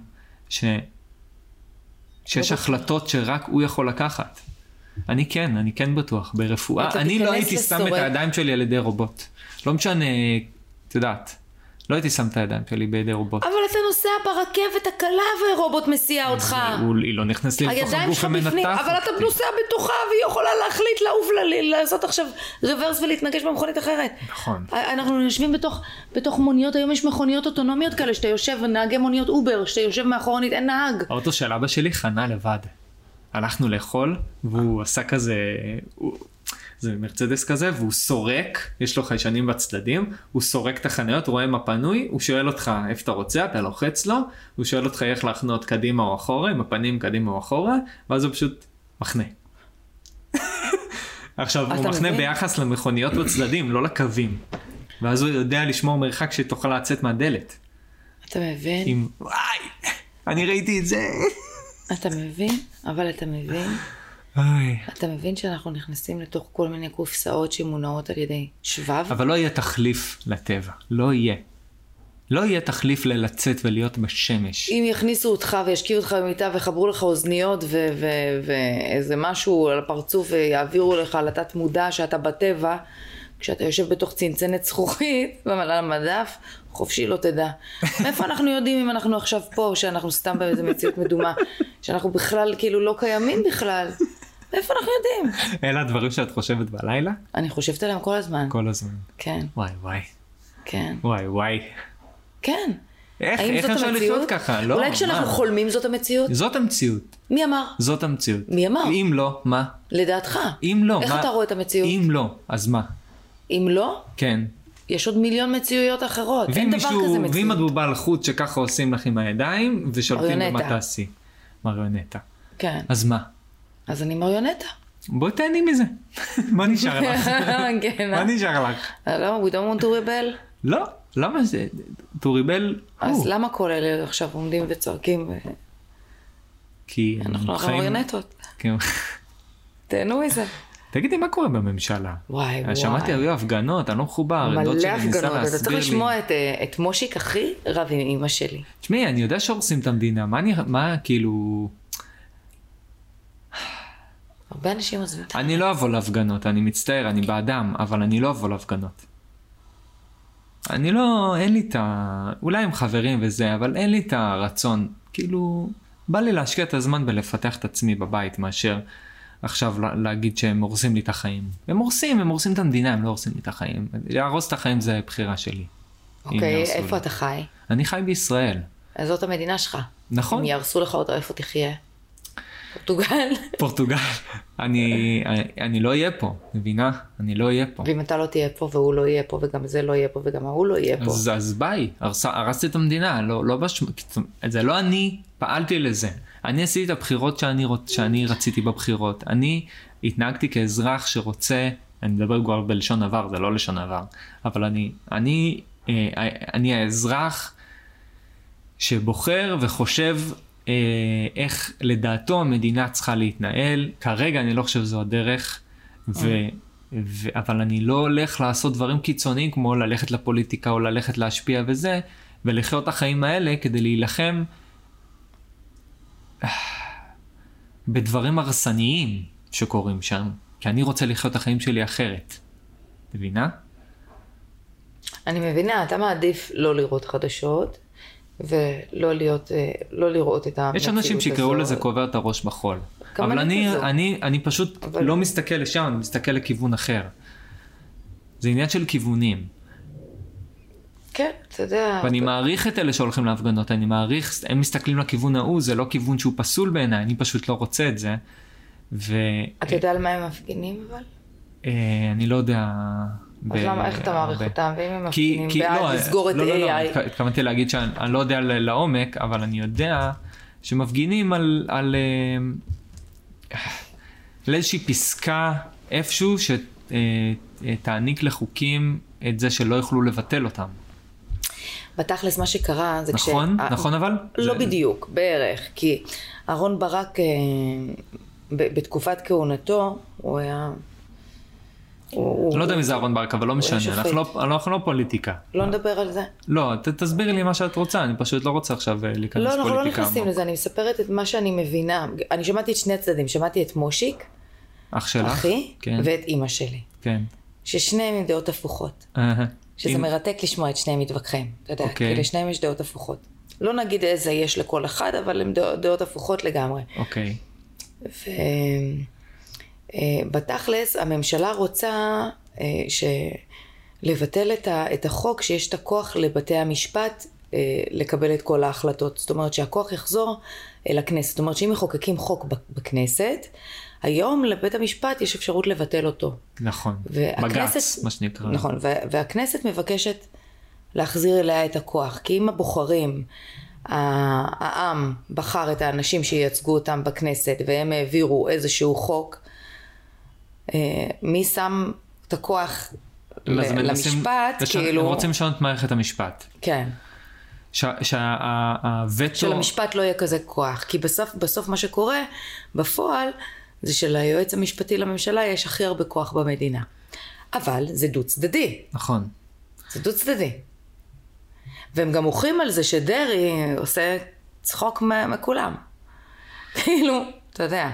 שיש החלטות שרק הוא יכול לקחת. אני כן בטוח, ברפואה. אני לא הייתי שם את הידיים שלי על ידי רובוט. לא משנה, את יודעת. לא הייתי שם את הידיים שלי בידי רובוט. אבל אתה נוסע ברכבת הקלה ורובוט מסיע אותך. היא לא נכנס לי לתוך הגוף ומנתח. אבל אתה נוסע בתוכה והיא יכולה להחליט לעוף לעשות עכשיו רוורס ולהתנגש במכונית אחרת. נכון. אנחנו יושבים בתוך מוניות, היום יש מכוניות אוטונומיות כאלה, שאתה יושב, נהגי מוניות אובר, שאתה יושב מאחורנית, אין נהג. האוטו של אבא שלי חנה לבד. הלכנו לאכול והוא עשה כזה... זה מרצדס כזה, והוא סורק, יש לו חיישנים בצדדים, הוא סורק את החניות, רואה מה פנוי, הוא שואל אותך איפה אתה רוצה, אתה לוחץ לו, הוא שואל אותך איך להחנות קדימה או אחורה, עם הפנים קדימה או אחורה, ואז הוא פשוט מחנה. עכשיו, הוא מחנה ביחס למכוניות בצדדים, לא לקווים. ואז הוא יודע לשמור מרחק שתוכל לצאת מהדלת. אתה מבין? וואי, אני ראיתי את זה. אתה מבין? אבל אתה מבין? אתה מבין שאנחנו נכנסים לתוך כל מיני קופסאות שמונעות על ידי שבב? אבל לא יהיה תחליף לטבע, לא יהיה. לא יהיה תחליף ללצאת ולהיות בשמש. אם יכניסו אותך וישקיעו אותך במיטה וחברו לך אוזניות ואיזה משהו על הפרצוף ויעבירו לך על התת מודע שאתה בטבע, כשאתה יושב בתוך צנצנת זכוכית על המדף, חופשי לא תדע. מאיפה אנחנו יודעים אם אנחנו עכשיו פה, שאנחנו סתם באיזו מציאות מדומה, שאנחנו בכלל כאילו לא קיימים בכלל? איפה אנחנו יודעים? אלה הדברים שאת חושבת בלילה? אני חושבת עליהם כל הזמן. כל הזמן. כן. וואי. כן. וואי. כן. איך אפשר לחיות ככה? לא, אולי כשאנחנו חולמים זאת המציאות? זאת המציאות. מי אמר? זאת המציאות. מי אמר? אם לא, מה? לדעתך. אם לא, איך מה? אתה רואה את המציאות? אם לא, אז מה? אם לא? כן. יש עוד מיליון מציאויות אחרות. אין דבר כזה מציאות. ואם את בובה חוט שככה עושים לך עם הידיים, ושולטים במה תעשי. מריונטה. כן. אז מה? אז אני מריונטה. בואי תהני מזה. מה נשאר לך? מה נשאר לך? לא, we don't want to rebel. לא, למה זה? to rebel? אז למה כל אלה עכשיו עומדים וצועקים? כי אנחנו מריונטות. תהנו מזה. תגידי, מה קורה בממשלה? וואי. שמעתי, היו הפגנות, אני לא מחובר. מלא הפגנות, אתה צריך לשמוע את מושיק אחי רב עם אמא שלי. תשמעי, אני יודע שהורסים את המדינה, מה כאילו... הרבה אנשים עוזבים. אני לא אבוא להפגנות, אני מצטער, אני באדם, אבל אני לא אבוא להפגנות. אני לא, אין לי את ה... אולי עם חברים וזה, אבל אין לי את הרצון. כאילו, בא לי להשקיע את הזמן בלפתח את עצמי בבית, מאשר עכשיו להגיד שהם הורסים לי את החיים. הם הורסים את המדינה, הם לא הורסים לי את החיים. להרוס את החיים זה בחירה שלי. אוקיי, איפה אתה חי? אני חי בישראל. אז זאת המדינה שלך. נכון. אם יהרסו לך אותה, איפה תחיה? פורטוגל. אני לא אהיה פה, מבינה? אני לא אהיה פה. ואם אתה לא תהיה פה והוא לא יהיה פה וגם זה לא יהיה פה וגם ההוא לא יהיה פה. אז ביי, הרסתי את המדינה, זה לא אני פעלתי לזה. אני עשיתי את הבחירות שאני רציתי בבחירות. אני התנהגתי כאזרח שרוצה, אני מדבר כבר בלשון עבר, זה לא לשון עבר, אבל אני האזרח שבוחר וחושב איך לדעתו המדינה צריכה להתנהל. כרגע אני לא חושב שזו הדרך, אבל אני לא הולך לעשות דברים קיצוניים כמו ללכת לפוליטיקה או ללכת להשפיע וזה, ולחיות את החיים האלה כדי להילחם בדברים הרסניים שקורים שם, כי אני רוצה לחיות את החיים שלי אחרת. מבינה? אני מבינה, אתה מעדיף לא לראות חדשות, ולא לראות את המציאות הזאת. יש אנשים שיקראו לזה קובר את הראש בחול. אבל אני פשוט לא מסתכל לשם, אני מסתכל לכיוון אחר. זה עניין של כיוונים. כן, אתה יודע. ואני מעריך את אלה שהולכים להפגנות, אני מעריך, הם מסתכלים לכיוון ההוא, זה לא כיוון שהוא פסול בעיניי, אני פשוט לא רוצה את זה. אתה יודע על מה הם מפגינים אבל? אני לא יודע. אז למה, איך אתה מעריך אותם? ואם הם מפגינים בעד לסגור את AI? התכוונתי להגיד שאני לא יודע לעומק, אבל אני יודע שמפגינים על איזושהי פסקה איפשהו שתעניק לחוקים את זה שלא יוכלו לבטל אותם. בתכלס מה שקרה זה נכון אבל? לא בדיוק, בערך, כי אהרון ברק בתקופת כהונתו הוא היה... אני לא יודע מי זה אהרון ברק, אבל לא משנה, אנחנו לא פוליטיקה. לא נדבר על זה? לא, תסבירי לי מה שאת רוצה, אני פשוט לא רוצה עכשיו להיכנס פוליטיקה. לא, אנחנו לא נכנסים לזה, אני מספרת את מה שאני מבינה. אני שמעתי את שני הצדדים, שמעתי את מושיק, אח שלך, אחי, ואת אמא שלי. כן. ששניהם עם דעות הפוכות. שזה מרתק לשמוע את שניהם מתווכחים. אתה יודע, כי לשניהם יש דעות הפוכות. לא נגיד איזה יש לכל אחד, אבל הם דעות הפוכות לגמרי. אוקיי. בתכלס, הממשלה רוצה לבטל את החוק שיש את הכוח לבתי המשפט לקבל את כל ההחלטות. זאת אומרת שהכוח יחזור אל הכנסת. זאת אומרת שאם מחוקקים חוק בכנסת, היום לבית המשפט יש אפשרות לבטל אותו. נכון, בג"ץ, מה שנקרא. נכון, והכנסת מבקשת להחזיר אליה את הכוח. כי אם הבוחרים, העם בחר את האנשים שייצגו אותם בכנסת, והם העבירו איזשהו חוק, מי שם את הכוח למשפט, כאילו... הם רוצים לשנות את מערכת המשפט. כן. שהווטו... שלמשפט לא יהיה כזה כוח, כי בסוף מה שקורה בפועל, זה שליועץ המשפטי לממשלה יש הכי הרבה כוח במדינה. אבל זה דו צדדי. נכון. זה דו צדדי. והם גם מוכרים על זה שדרי עושה צחוק מכולם. כאילו, אתה יודע.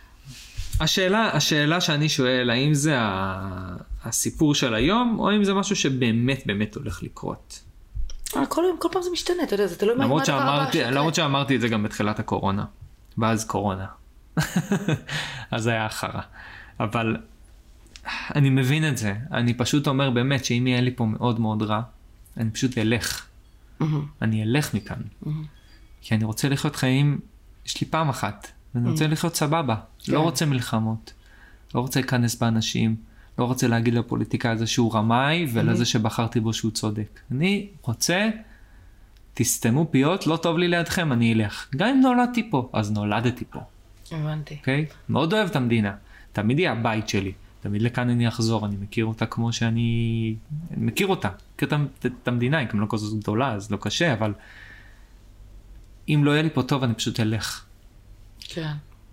השאלה שאני שואל, האם זה הסיפור של היום, או האם זה משהו שבאמת באמת הולך לקרות? כל פעם זה משתנה, אתה יודע, זה תלוי מה הדבר הבא. למרות שאמרתי את זה גם בתחילת הקורונה, ואז קורונה. אז זה היה אחרה. אבל אני מבין את זה. אני פשוט אומר באמת שאם יהיה לי פה מאוד מאוד רע, אני פשוט אלך. אני אלך מכאן. כי אני רוצה לחיות חיים, יש לי פעם אחת, ואני רוצה לחיות סבבה. לא רוצה מלחמות. לא רוצה להיכנס באנשים. לא רוצה להגיד לפוליטיקה הזה שהוא רמאי, ולזה שבחרתי בו שהוא צודק. אני רוצה, תסתמו פיות, לא טוב לי לידכם, אני אלך. גם אם נולדתי פה, אז נולדתי פה. הבנתי. אוקיי? מאוד אוהב את המדינה. תמיד היא הבית שלי. תמיד לכאן אני אחזור, אני מכיר אותה כמו שאני מכיר אותה. מכיר את המדינה, היא גם לא כזאת גדולה, אז לא קשה, אבל אם לא יהיה לי פה טוב, אני פשוט אלך. כן.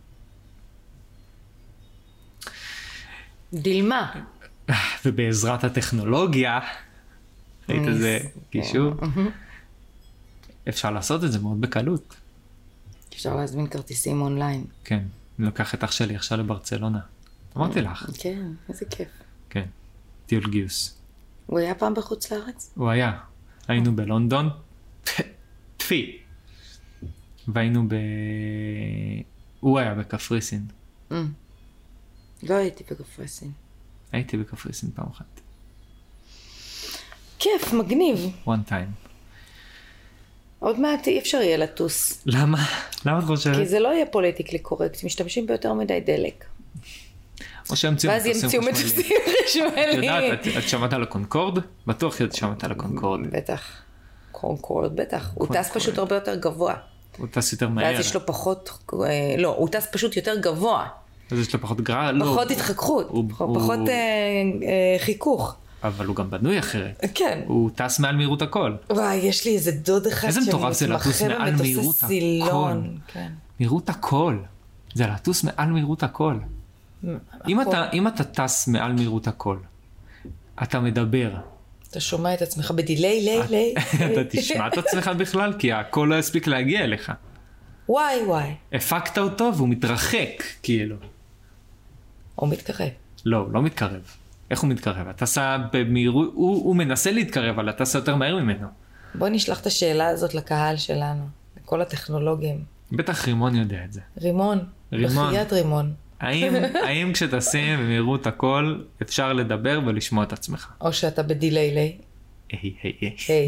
דילמה. ובעזרת הטכנולוגיה, ראית איזה קישור, אפשר לעשות את זה מאוד בקלות. אפשר להזמין כרטיסים אונליין. כן, אני לוקח את אח שלי עכשיו לברצלונה. אמרתי לך. כן, איזה כיף. כן, טיול גיוס. הוא היה פעם בחוץ לארץ? הוא היה. היינו בלונדון, תפי. והיינו הוא היה בקפריסין. לא הייתי בקפריסין. הייתי בקפריסין פעם אחת. כיף, מגניב. one time. עוד מעט אי אפשר יהיה לטוס. למה? למה את חושבת? כי זה לא יהיה פוליטיקלי קורקט, משתמשים ביותר מדי דלק. או שהמציאו ואז ימציאו מטוסים חשמליים. יודעת, את שמעת על הקונקורד? בטוח שמעת על הקונקורד. בטח. קונקורד, בטח. הוא טס פשוט הרבה יותר גבוה. הוא טס יותר מהר. ואז יש לו פחות, לא, הוא טס פשוט יותר גבוה. אז יש לו פחות גרע? פחות התחככות, פחות חיכוך. אבל הוא גם בנוי אחרת. כן. הוא טס מעל מהירות הכל. וואי, יש לי איזה דוד אחד איזה מטורף זה לטוס מעל מהירות הכל. מהירות הכל. זה לטוס מעל מהירות הכל. אם אתה טס מעל מהירות הכל, אתה מדבר. אתה שומע את עצמך בדילי, אתה תשמע את עצמך בכלל, כי הכל לא יספיק להגיע אליך. וואי. הפקת אותו והוא מתרחק, כאילו. הוא מתקרב. לא, לא מתקרב. איך הוא מתקרב? הטסה במהירות, הוא מנסה להתקרב, אבל הטסה יותר מהר ממנו. בוא נשלח את השאלה הזאת לקהל שלנו, לכל הטכנולוגים. בטח רימון יודע את זה. רימון. בחיית רימון. האם כשתשים במהירות הכל, אפשר לדבר ולשמוע את עצמך? או שאתה בדילי. היי.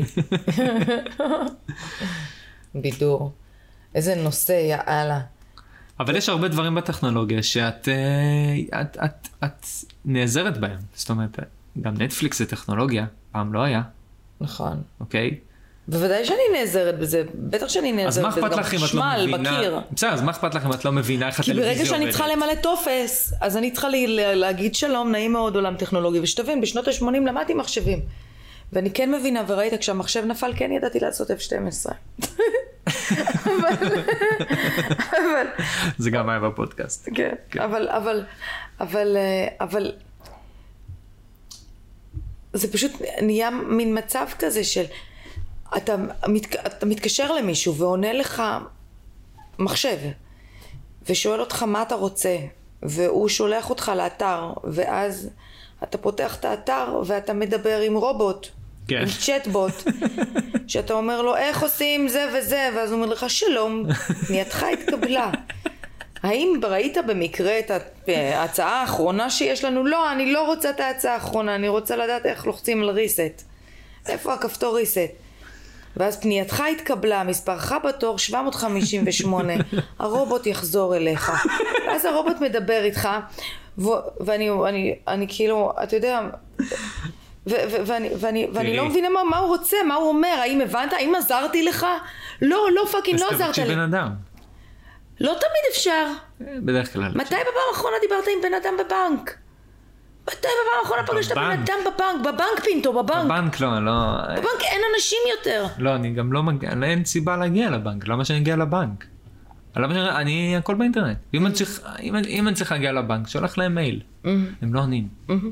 בידור. איזה נושא, יאללה. אבל יש הרבה דברים בטכנולוגיה שאת נעזרת בהם. זאת אומרת, גם נטפליקס זה טכנולוגיה, פעם לא היה. נכון. אוקיי? בוודאי שאני נעזרת בזה, בטח שאני נעזרת בזה, גם חשמל, בקיר. בסדר, אז מה אכפת לך אם את לא מבינה איך הטלוויזיה עובדת? כי ברגע שאני צריכה למלא טופס, אז אני צריכה להגיד שלום, נעים מאוד עולם טכנולוגי, ושתבין, בשנות ה-80 למדתי מחשבים. ואני כן מבינה, וראית, כשהמחשב נפל, כן ידעתי לעשות F12. זה גם היה בפודקאסט. כן, אבל זה פשוט נהיה מין מצב כזה של אתה מתקשר למישהו ועונה לך מחשב ושואל אותך מה אתה רוצה, והוא שולח אותך לאתר, ואז אתה פותח את האתר ואתה מדבר עם רובוט, כן. עם צ'טבוט, שאתה אומר לו איך עושים זה וזה, ואז הוא אומר לך שלום, פנייתך התקבלה. האם ראית במקרה את ההצעה האחרונה שיש לנו? לא, אני לא רוצה את ההצעה האחרונה, אני רוצה לדעת איך לוחצים על ריסט. איפה הכפתור ריסט? ואז פנייתך התקבלה, מספרך בתור 758, הרובוט יחזור אליך. ואז הרובוט מדבר איתך, ואני כאילו, אתה יודע, ואני לא מבינה מה הוא רוצה, מה הוא אומר, האם הבנת, האם עזרתי לך? לא פאקינג, לא עזרת לי. בן אדם. לא תמיד אפשר. בדרך כלל. מתי בפעם האחרונה דיברת עם בן אדם בבנק? מתי בפעם האחרונה פגשת בן אדם בבנק? בבנק פינטו, בבנק. בבנק לא. בבנק אין אנשים יותר. לא, אני גם לא מגיע, אין סיבה להגיע לבנק. למה שאני אגיע לבנק? אני הכל באינטרנט. אם אני צריך להגיע לבנק, שולח להם מייל. הם לא עונים.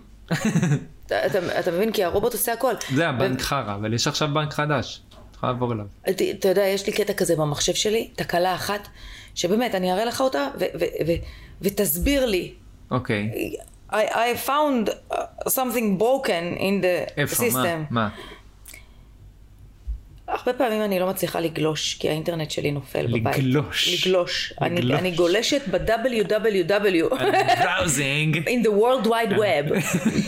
אתה מבין? כי הרובוט עושה הכל. זה הבנק חרה, אבל יש עכשיו בנק חדש. צריכה לעבור אליו. אתה יודע, יש לי קטע כזה במחשב שלי, תקלה אחת, שבאמת, אני אראה לך אותה, ותסביר לי. אוקיי. I found something broken in the system. איפה? מה? הרבה פעמים אני לא מצליחה לגלוש, כי האינטרנט שלי נופל בבית. לגלוש. אני גולשת ב-www. Browsing. In the World Wide Web.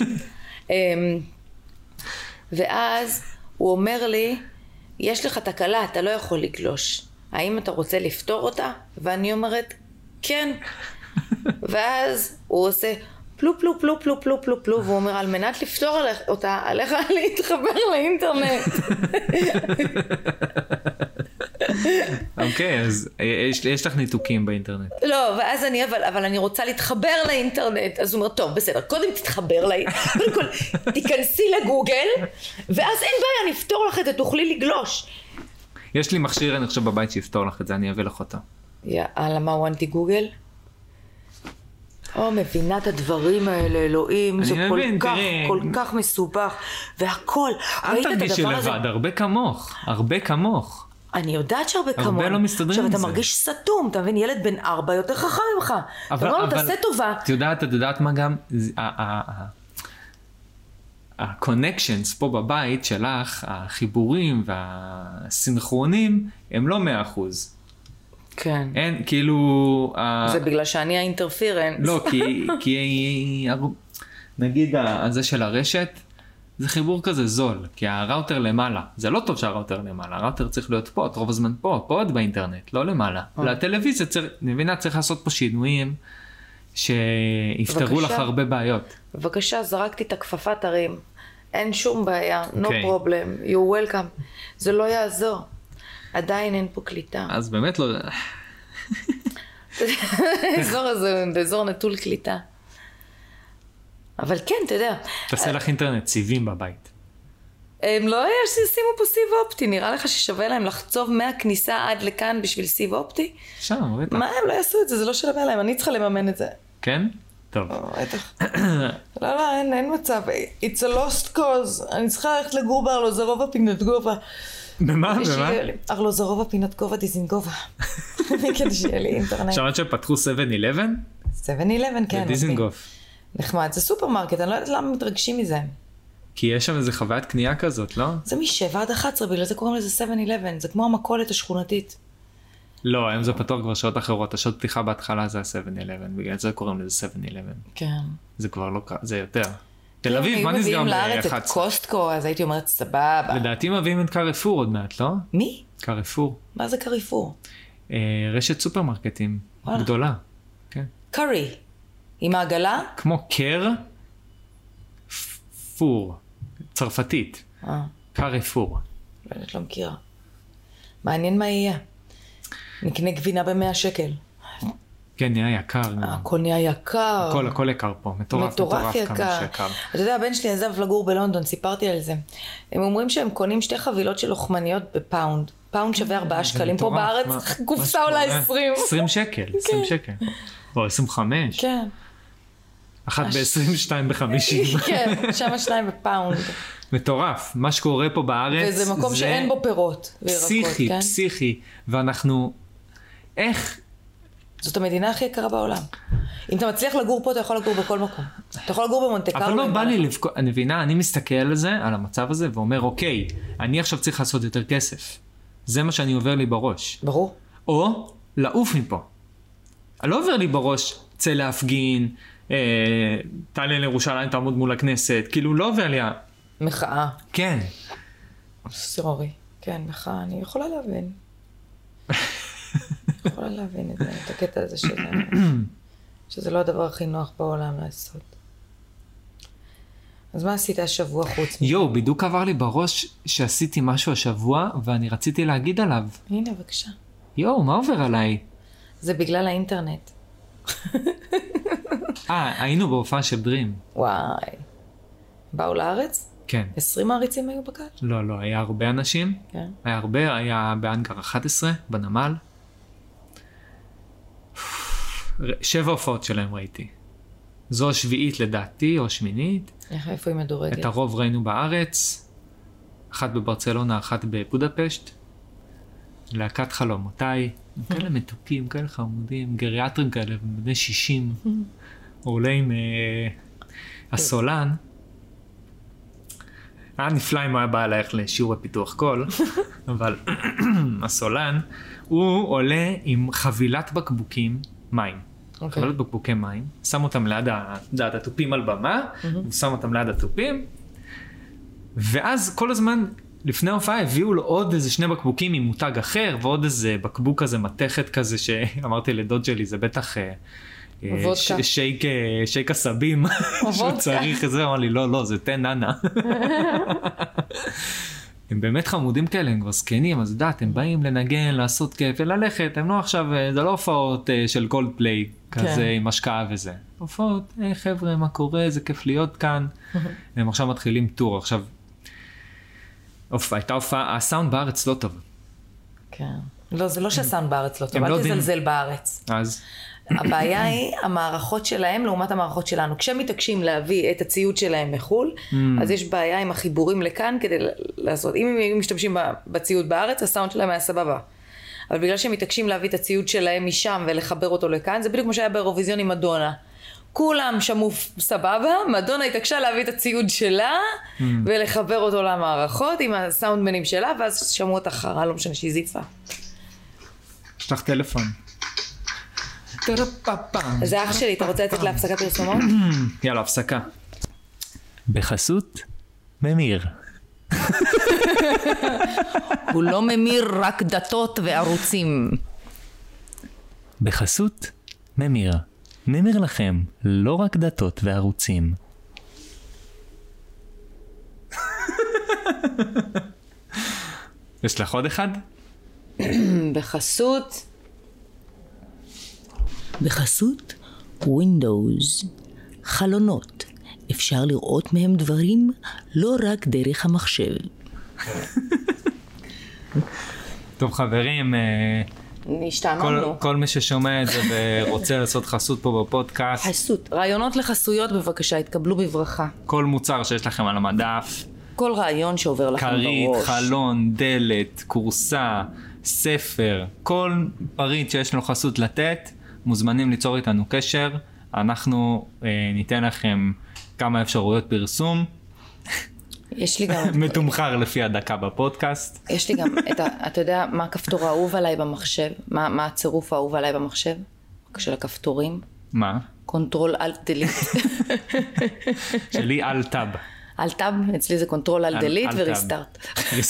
ואז הוא אומר לי, יש לך תקלה, אתה לא יכול לגלוש. האם אתה רוצה לפתור אותה? ואני אומרת, כן. ואז הוא עושה פלו פלו פלו פלו פלו פלו פלו, והוא אומר, על מנת לפתור אותה, עליך להתחבר לאינטרנט. אוקיי, אז יש לך ניתוקים באינטרנט. לא, ואז אבל אני רוצה להתחבר לאינטרנט. אז הוא אומר, טוב, בסדר, קודם תתחבר קודם כל, תיכנסי לגוגל, ואז אין בעיה, נפתור לך את זה, תוכלי לגלוש. יש לי מכשיר, אני חושב בבית שיפתור לך את זה, אני אביא לך אותו. יאללה, מה הוא אנטי גוגל? מבינה את הדברים האלה, אלוהים, זה כל כך מסובך, והכל, אל תרגישי לבד, הרבה כמוך. אני יודעת שהרבה כמוך. הרבה לא מסתדרים עם זה. עכשיו אתה מרגיש סתום, אתה מבין, ילד בן 4 יותר חכם ממך. אתה אומר לו, תעשה טובה. את יודעת מה גם, הקונקשנס פה בבית שלך, החיבורים והסינכרונים, הם לא 100%. כן. אין, כאילו... זה בגלל שאני האינטרפירנס. לא, כי נגיד הזה של הרשת, זה חיבור כזה זול, כי הראוטר למעלה, זה לא טוב שהראוטר למעלה, הראוטר צריך להיות פה, רוב הזמן פה עוד באינטרנט, לא למעלה. לטלוויזיה צריך לעשות פה שינויים שיפתרו לך הרבה בעיות. בבקשה, זרקתי את הכפפת הרים, אין שום בעיה, no problem, you're welcome, זה לא יעזור, עדיין אין פה קליטה. אז באמת לא... האזור הזה הוא באזור נטול קליטה. אבל כן, אתה יודע. תעשה לך אינטרנט סיבים בבית. הם לא שימו פה סיב אופטי, נראה לך ששווה להם לחצוב מהכניסה עד לכאן בשביל סיב אופטי? שם, בטח. מה, הם לא יעשו את זה, זה לא שווה להם, אני צריכה לממן את זה. כן? טוב. בטח. לא, אין מצב. It's a lost cause. אני צריכה ללכת לגור בארלוזורוב פינת גובה. במה? ארלוזורוב פינת גובה דיזינגובה. כדי שיהיה לי אינטרנט. שמעת שפתחו 7-11? 7-11, כן. בדיזינגוף. נחמד, זה סופרמרקט, אני לא יודעת למה מתרגשים מזה. כי יש שם איזה חוויית קנייה כזאת, לא? זה מ-7 עד 11, בגלל זה קוראים לזה 7-11, זה כמו המכולת השכונתית. לא, היום זה פתוח כבר שעות אחרות, השעות פתיחה בהתחלה זה ה-7-11, בגלל זה קוראים לזה 7-11. כן. זה כבר לא, זה יותר. תל אביב, מה נסגר ב-11? לארץ את קוסטקו, אז הייתי אומרת סבבה. לדעתי מביאים את קרפור עוד מעט, לא? מי? קרפור. מה זה קרפור? רשת סופרמרקטים גדולה. קרי. עם העגלה? כמו קר פור. צרפתית. קרפור. לא מכירה. מעניין מה יהיה. נקנה גבינה ב100 שקל. כן, נהיה יקר. הכל נהיה יקר. הכל יקר פה. מטורף יקר. אתה יודע, הבן שלי עזב לגור בלונדון, סיפרתי על זה. הם אומרים שהם קונים 2 חבילות של לוחמניות בפאונד. פאונד שווה 4 שקלים. פה בארץ קופסה עולה 20. 20 שקל. 20 שקל. או 25. כן. אחת ב-20, 2 ב-50. כן, שם 2 בפאונד. מטורף. מה שקורה פה בארץ וזה מקום שאין בו פירות וירקות, כן? פסיכי. ואנחנו... איך... זאת המדינה הכי יקרה בעולם. אם אתה מצליח לגור פה, אתה יכול לגור בכל מקום. אתה יכול לגור במונטה קרלו. אבל לא בא לי אני מבינה, אני מסתכל על זה, על המצב הזה, ואומר, אוקיי, אני עכשיו צריך לעשות יותר כסף. זה מה שאני עובר לי בראש. ברור. או לעוף מפה. לא עובר לי בראש, צא להפגין, תעלה לירושלים, תעמוד מול הכנסת, כאילו לא עובר לי... מחאה. כן. סרורי. כן, מחאה, אני יכולה להבין. יכולה להבין את זה, את הקטע הזה שזה לא הדבר הכי נוח בעולם לעשות. אז מה עשית השבוע חוץ? בדיוק עבר לי בראש שעשיתי משהו השבוע, ואני רציתי להגיד עליו. הנה, בבקשה. מה עובר עליי? זה בגלל האינטרנט. היינו בהופעה של דרים. וואי. באו לארץ? כן. 20 מעריצים היו בקהל? לא, היה הרבה אנשים. כן. היה הרבה, היה באנגר 11, בנמל. 7 הופעות שלהם ראיתי. זו השביעית לדעתי, או השמינית. איפה היא מדורגת? את הרוב ראינו בארץ. 1 בברצלונה, 1 בבודפשט. להקת חלומותיי. כאלה מתוקים, כאלה חמודים, גריאטרים כאלה, בני 60. עולה עם הסולן. היה נפלא אם היה בא ללכת לשיעור הפיתוח קול, אבל הסולן, הוא עולה עם חבילת בקבוקים מים. חבילת בקבוקי מים, שם אותם ליד התופים על במה, הוא שם אותם ליד התופים, ואז כל הזמן לפני ההופעה הביאו לו עוד איזה 2 בקבוקים עם מותג אחר, ועוד איזה בקבוק כזה מתכת כזה שאמרתי לדוד שלי, זה בטח שייק הסבים, שהוא צריך את זה, אמר לי לא, זה תן ננה. הם באמת חמודים כאלה, הם כבר זקנים, אז דעת, הם באים לנגן, לעשות כיף וללכת, הם לא עכשיו, זה לא הופעות של קולד פליי, כזה עם השקעה וזה. הופעות, חבר'ה, מה קורה, זה כיף להיות כאן. הם עכשיו מתחילים טור, עכשיו, הייתה הופעה, הסאונד בארץ לא טוב. כן. לא, זה לא שהסאונד בארץ לא טוב, אל תזלזל בארץ. אז? הבעיה היא המערכות שלהם לעומת המערכות שלנו. כשהם מתעקשים להביא את הציוד שלהם מחול, אז יש בעיה עם החיבורים לכאן כדי לעשות. אם הם היו משתמשים בציוד בארץ, הסאונד שלהם היה סבבה. אבל בגלל שהם מתעקשים להביא את הציוד שלהם משם ולחבר אותו לכאן, זה בדיוק כמו שהיה באירוויזיון עם מדונה. כולם שמעו סבבה, מדונה התעקשה להביא את הציוד שלה ולחבר אותו למערכות עם הסאונדמנים שלה, ואז שמעו אותה חרה, לא משנה שהיא זיפה. יש לך טלפון. זה אח שלי, אתה רוצה לצאת להפסקת פרסומות? יאללה, הפסקה. בחסות ממיר. הוא לא ממיר רק דתות וערוצים. בחסות ממיר. ממיר לכם לא רק דתות וערוצים. יש לך עוד אחד? בחסות Windows. חלונות. אפשר לראות מהם דברים לא רק דרך המחשב. טוב חברים, השתעממנו. כל מי ששומע את זה ורוצה לעשות חסות פה בפודקאסט, חסות. רעיונות לחסויות בבקשה, התקבלו בברכה. כל מוצר שיש לכם על המדף, כל רעיון שעובר לכם כרית, בראש. חלון, דלת, קורסה, ספר, כל פריט שיש לו חסות לתת, מוזמנים ליצור איתנו קשר. אנחנו ניתן לכם כמה אפשרויות פרסום. יש לי גם... מתומחר לפי הדקה בפודקאסט. יש לי גם אתה יודע מה הכפתור האהוב עליי במחשב? מה הצירוף האהוב עליי במחשב? של הכפתורים? מה? קונטרול אלט דליט. שלי על טאב. על טאב, אצלי זה קונטרול על דליט וריסטארט.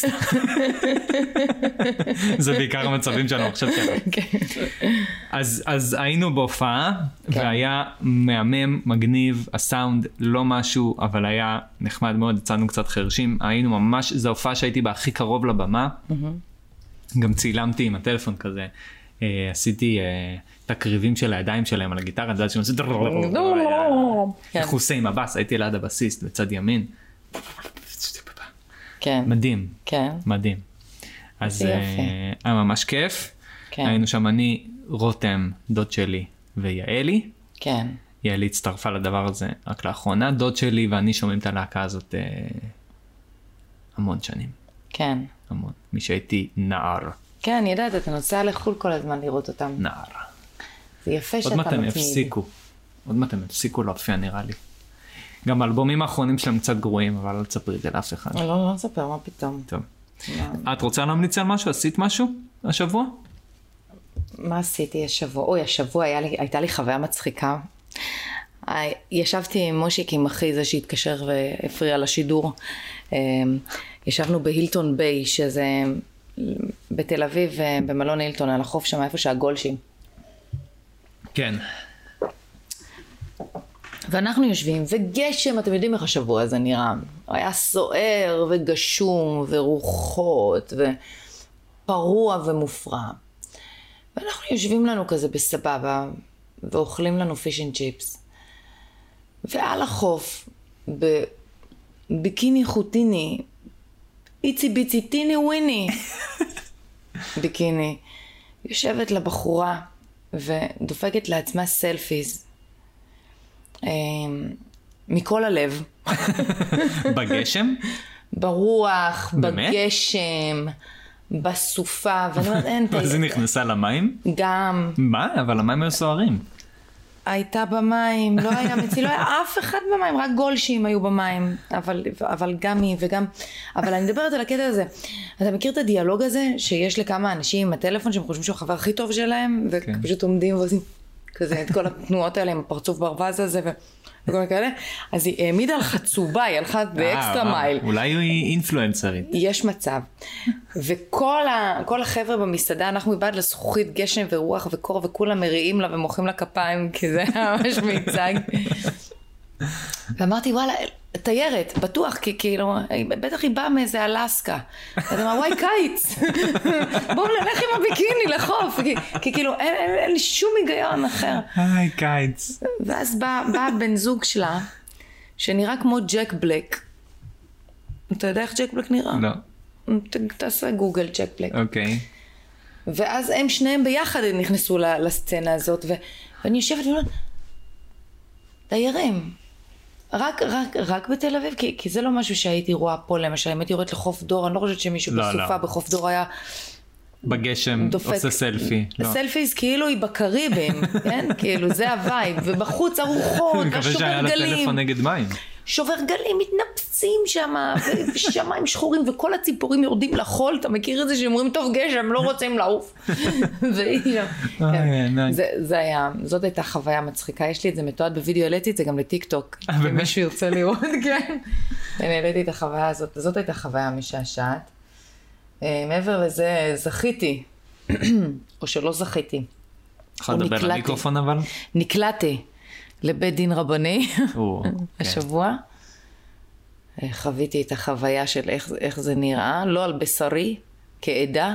זה בעיקר המצבים שאני חושב כאלה. אז היינו בהופעה, והיה מהמם, מגניב, הסאונד לא משהו, אבל היה נחמד מאוד, יצאנו קצת חרשים, היינו ממש, זו הופעה שהייתי בה הכי קרוב לבמה, גם צילמתי עם הטלפון כזה, עשיתי את הקריבים של הידיים שלהם על הגיטרה, זה שעושה איך הוא עושה עם הבאס, הייתי ליד הבסיסט בצד ימין. מדהים, מדהים. אז היה ממש כיף. היינו שם אני, רותם, דוד שלי ויעלי. יעלי הצטרפה לדבר הזה רק לאחרונה. דוד שלי ואני שומעים את הלהקה הזאת המון שנים. כן. המון. מי שהייתי נער. כן, אני יודעת, אתה נוסע לחול כל הזמן לראות אותם. נער. זה יפה שאתה עוד מעט הם מתמיד. עוד מעט הם הפסיקו להופיע נראה לי. גם האלבומים האחרונים שלהם קצת גרועים, אבל לא תספרי את זה לאף אחד. לא אספר, מה פתאום. טוב. את רוצה להמליץ על משהו? עשית משהו השבוע? מה עשיתי השבוע? אוי, השבוע הייתה לי חוויה מצחיקה. ישבתי עם מושיק, עם אחי, זה שהתקשר והפריע לשידור. ישבנו בהילטון ביי, שזה בתל אביב, במלון הילטון, על החוף שם, איפה שהגולשים. כן. ואנחנו יושבים, וגשם, אתם יודעים איך השבוע הזה נראה. היה סוער וגשום ורוחות ופרוע ומופרע. ואנחנו יושבים לנו כזה בסבבה, ואוכלים לנו פיש אנד צ'יפס. ועל החוף, בביקיני חוטיני, איצי ביצי טיני וויני, ביקיני, יושבת לבחורה ודופקת לעצמה סלפיז. מכל הלב. בגשם? ברוח, באמת? בגשם, בסופה, ואני אומרת, אין... אז היא נכנסה למים? גם. מה? אבל המים היו סוערים. הייתה במים, לא היה מציל, לא היה אף אחד במים, רק גולשים היו במים, אבל גם היא וגם, אבל אני מדברת על הקטע הזה. אתה מכיר את הדיאלוג הזה, שיש לכמה אנשים עם הטלפון, שהם חושבים שהוא החבר הכי טוב שלהם, ופשוט עומדים ועושים כזה, את כל התנועות האלה עם הפרצוף ברווז הזה, וכל מיני כאלה. אז היא העמידה על חצובה, היא הלכה באקסטרה מייל. אולי היא אינפלואנסרית. יש מצב. וכל החבר'ה במסעדה, אנחנו מבעד לזכוכית גשם ורוח וקור, וכולם מריעים לה ומוחאים לה כפיים, כי זה ממש מיצג. ואמרתי, וואלה, תיירת, בטוח, כי כאילו, בטח היא באה מאיזה אלסקה. ואתה אומר, וואי, קיץ. בואו נלך עם הביקיני לחוף. כי כאילו, אין לי שום היגיון אחר. היי, קיץ. ואז בא בן זוג שלה, שנראה כמו ג'ק בלק. אתה יודע איך ג'ק בלק נראה? לא. תעשה גוגל ג'ק בלק. אוקיי. ואז הם שניהם ביחד נכנסו לסצנה הזאת, ואני יושבת ואומרת, דיירים. רק בתל אביב, כי זה לא משהו שהייתי רואה פה, למשל, אם הייתי רואה לחוף דור, אני לא חושבת שמישהו בסופה בחוף דור היה בגשם עושה סלפי. סלפיז כאילו היא בקריבים, כן? כאילו זה הווייב, ובחוץ הרוחות, אני מקווה שהיה לה טלפון נגד מים. שובר גלים, מתנפצים רצים שם, ושמיים שחורים, וכל הציפורים יורדים לחול, אתה מכיר את זה שהם אומרים, טוב גשם, לא רוצים לעוף. זאת הייתה חוויה מצחיקה, יש לי את זה מתועד בווידאו, העליתי את זה גם לטיק טוק, ומישהו ירצה לראות, כן. אני העליתי את החוויה הזאת, זאת הייתה חוויה משעשעת. מעבר לזה, זכיתי, או שלא זכיתי. יכול לדבר על המיקרופון אבל? נקלעתי לבית דין רבני השבוע. חוויתי את החוויה של איך זה נראה, לא על בשרי, כעדה.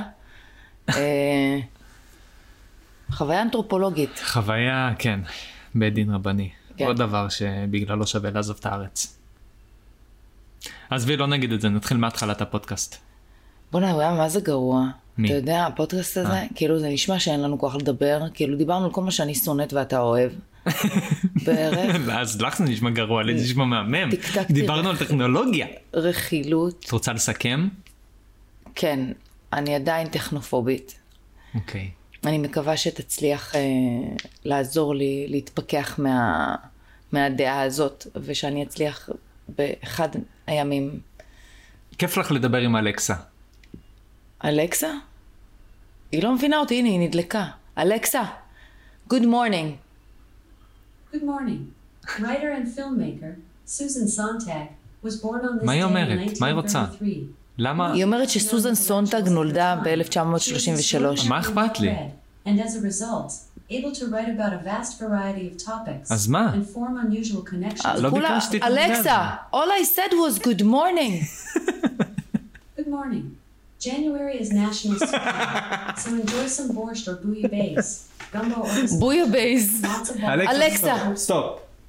חוויה אנתרופולוגית. חוויה, כן, בית דין רבני. עוד דבר שבגלל לא שווה לעזוב את הארץ. אז לא נגיד את זה, נתחיל מהתחלת הפודקאסט. בוא נראה, מה זה גרוע? אתה יודע, הפודקאסט הזה, כאילו זה נשמע שאין לנו כוח לדבר, כאילו דיברנו על כל מה שאני שונאת ואתה אוהב. בערך. אז לך זה נשמע גרוע, זה נשמע מהמם. דיברנו על טכנולוגיה. רכילות. את רוצה לסכם? כן, אני עדיין טכנופובית. אוקיי. אני מקווה שתצליח לעזור לי להתפכח מהדעה הזאת, ושאני אצליח באחד הימים. כיף לך לדבר עם אלכסה. אלכסה? היא לא מבינה אותי, הנה היא נדלקה. אלכסה, good morning. Good morning. Writer and filmmaker Susan Sontag was born on this מה היא day אומרת? in 1933. מה היא רוצה? למה? היא אומרת שסוזן סונטג נולדה ב-1933. מה אכפת לי? And as a result, able to write about a vast variety of topics. אז מה? And form unusual connections. לא ביקשתי את אלכסה, all I said was good morning. Good morning. January is National Soup Day, so enjoy some borscht or bouillabaisse, gumbo or בויה בייז. אלכסה. סטופ.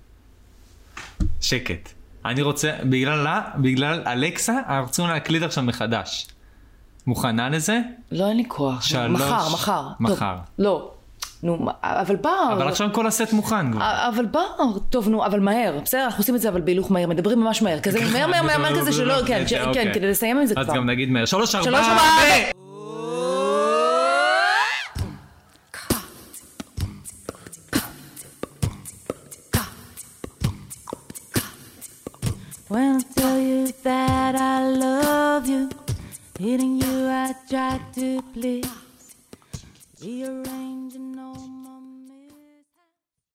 שקט. אני רוצה, בגלל אלכסה, אנחנו רוצים להקליט עכשיו מחדש. מוכנה לזה? לא, אין לי כוח. מחר. מחר. לא. נו, אבל בר. אבל עכשיו כל הסט מוכן כבר. אבל בר. טוב, נו, אבל מהר. בסדר, אנחנו עושים את זה אבל בהילוך מהר. מדברים ממש מהר. כזה מהר כזה שלא, כן, כדי לסיים עם זה כבר. אז גם נגיד מהר. 3-4. When I tell you that I love you, hitting you I try to please, rearrange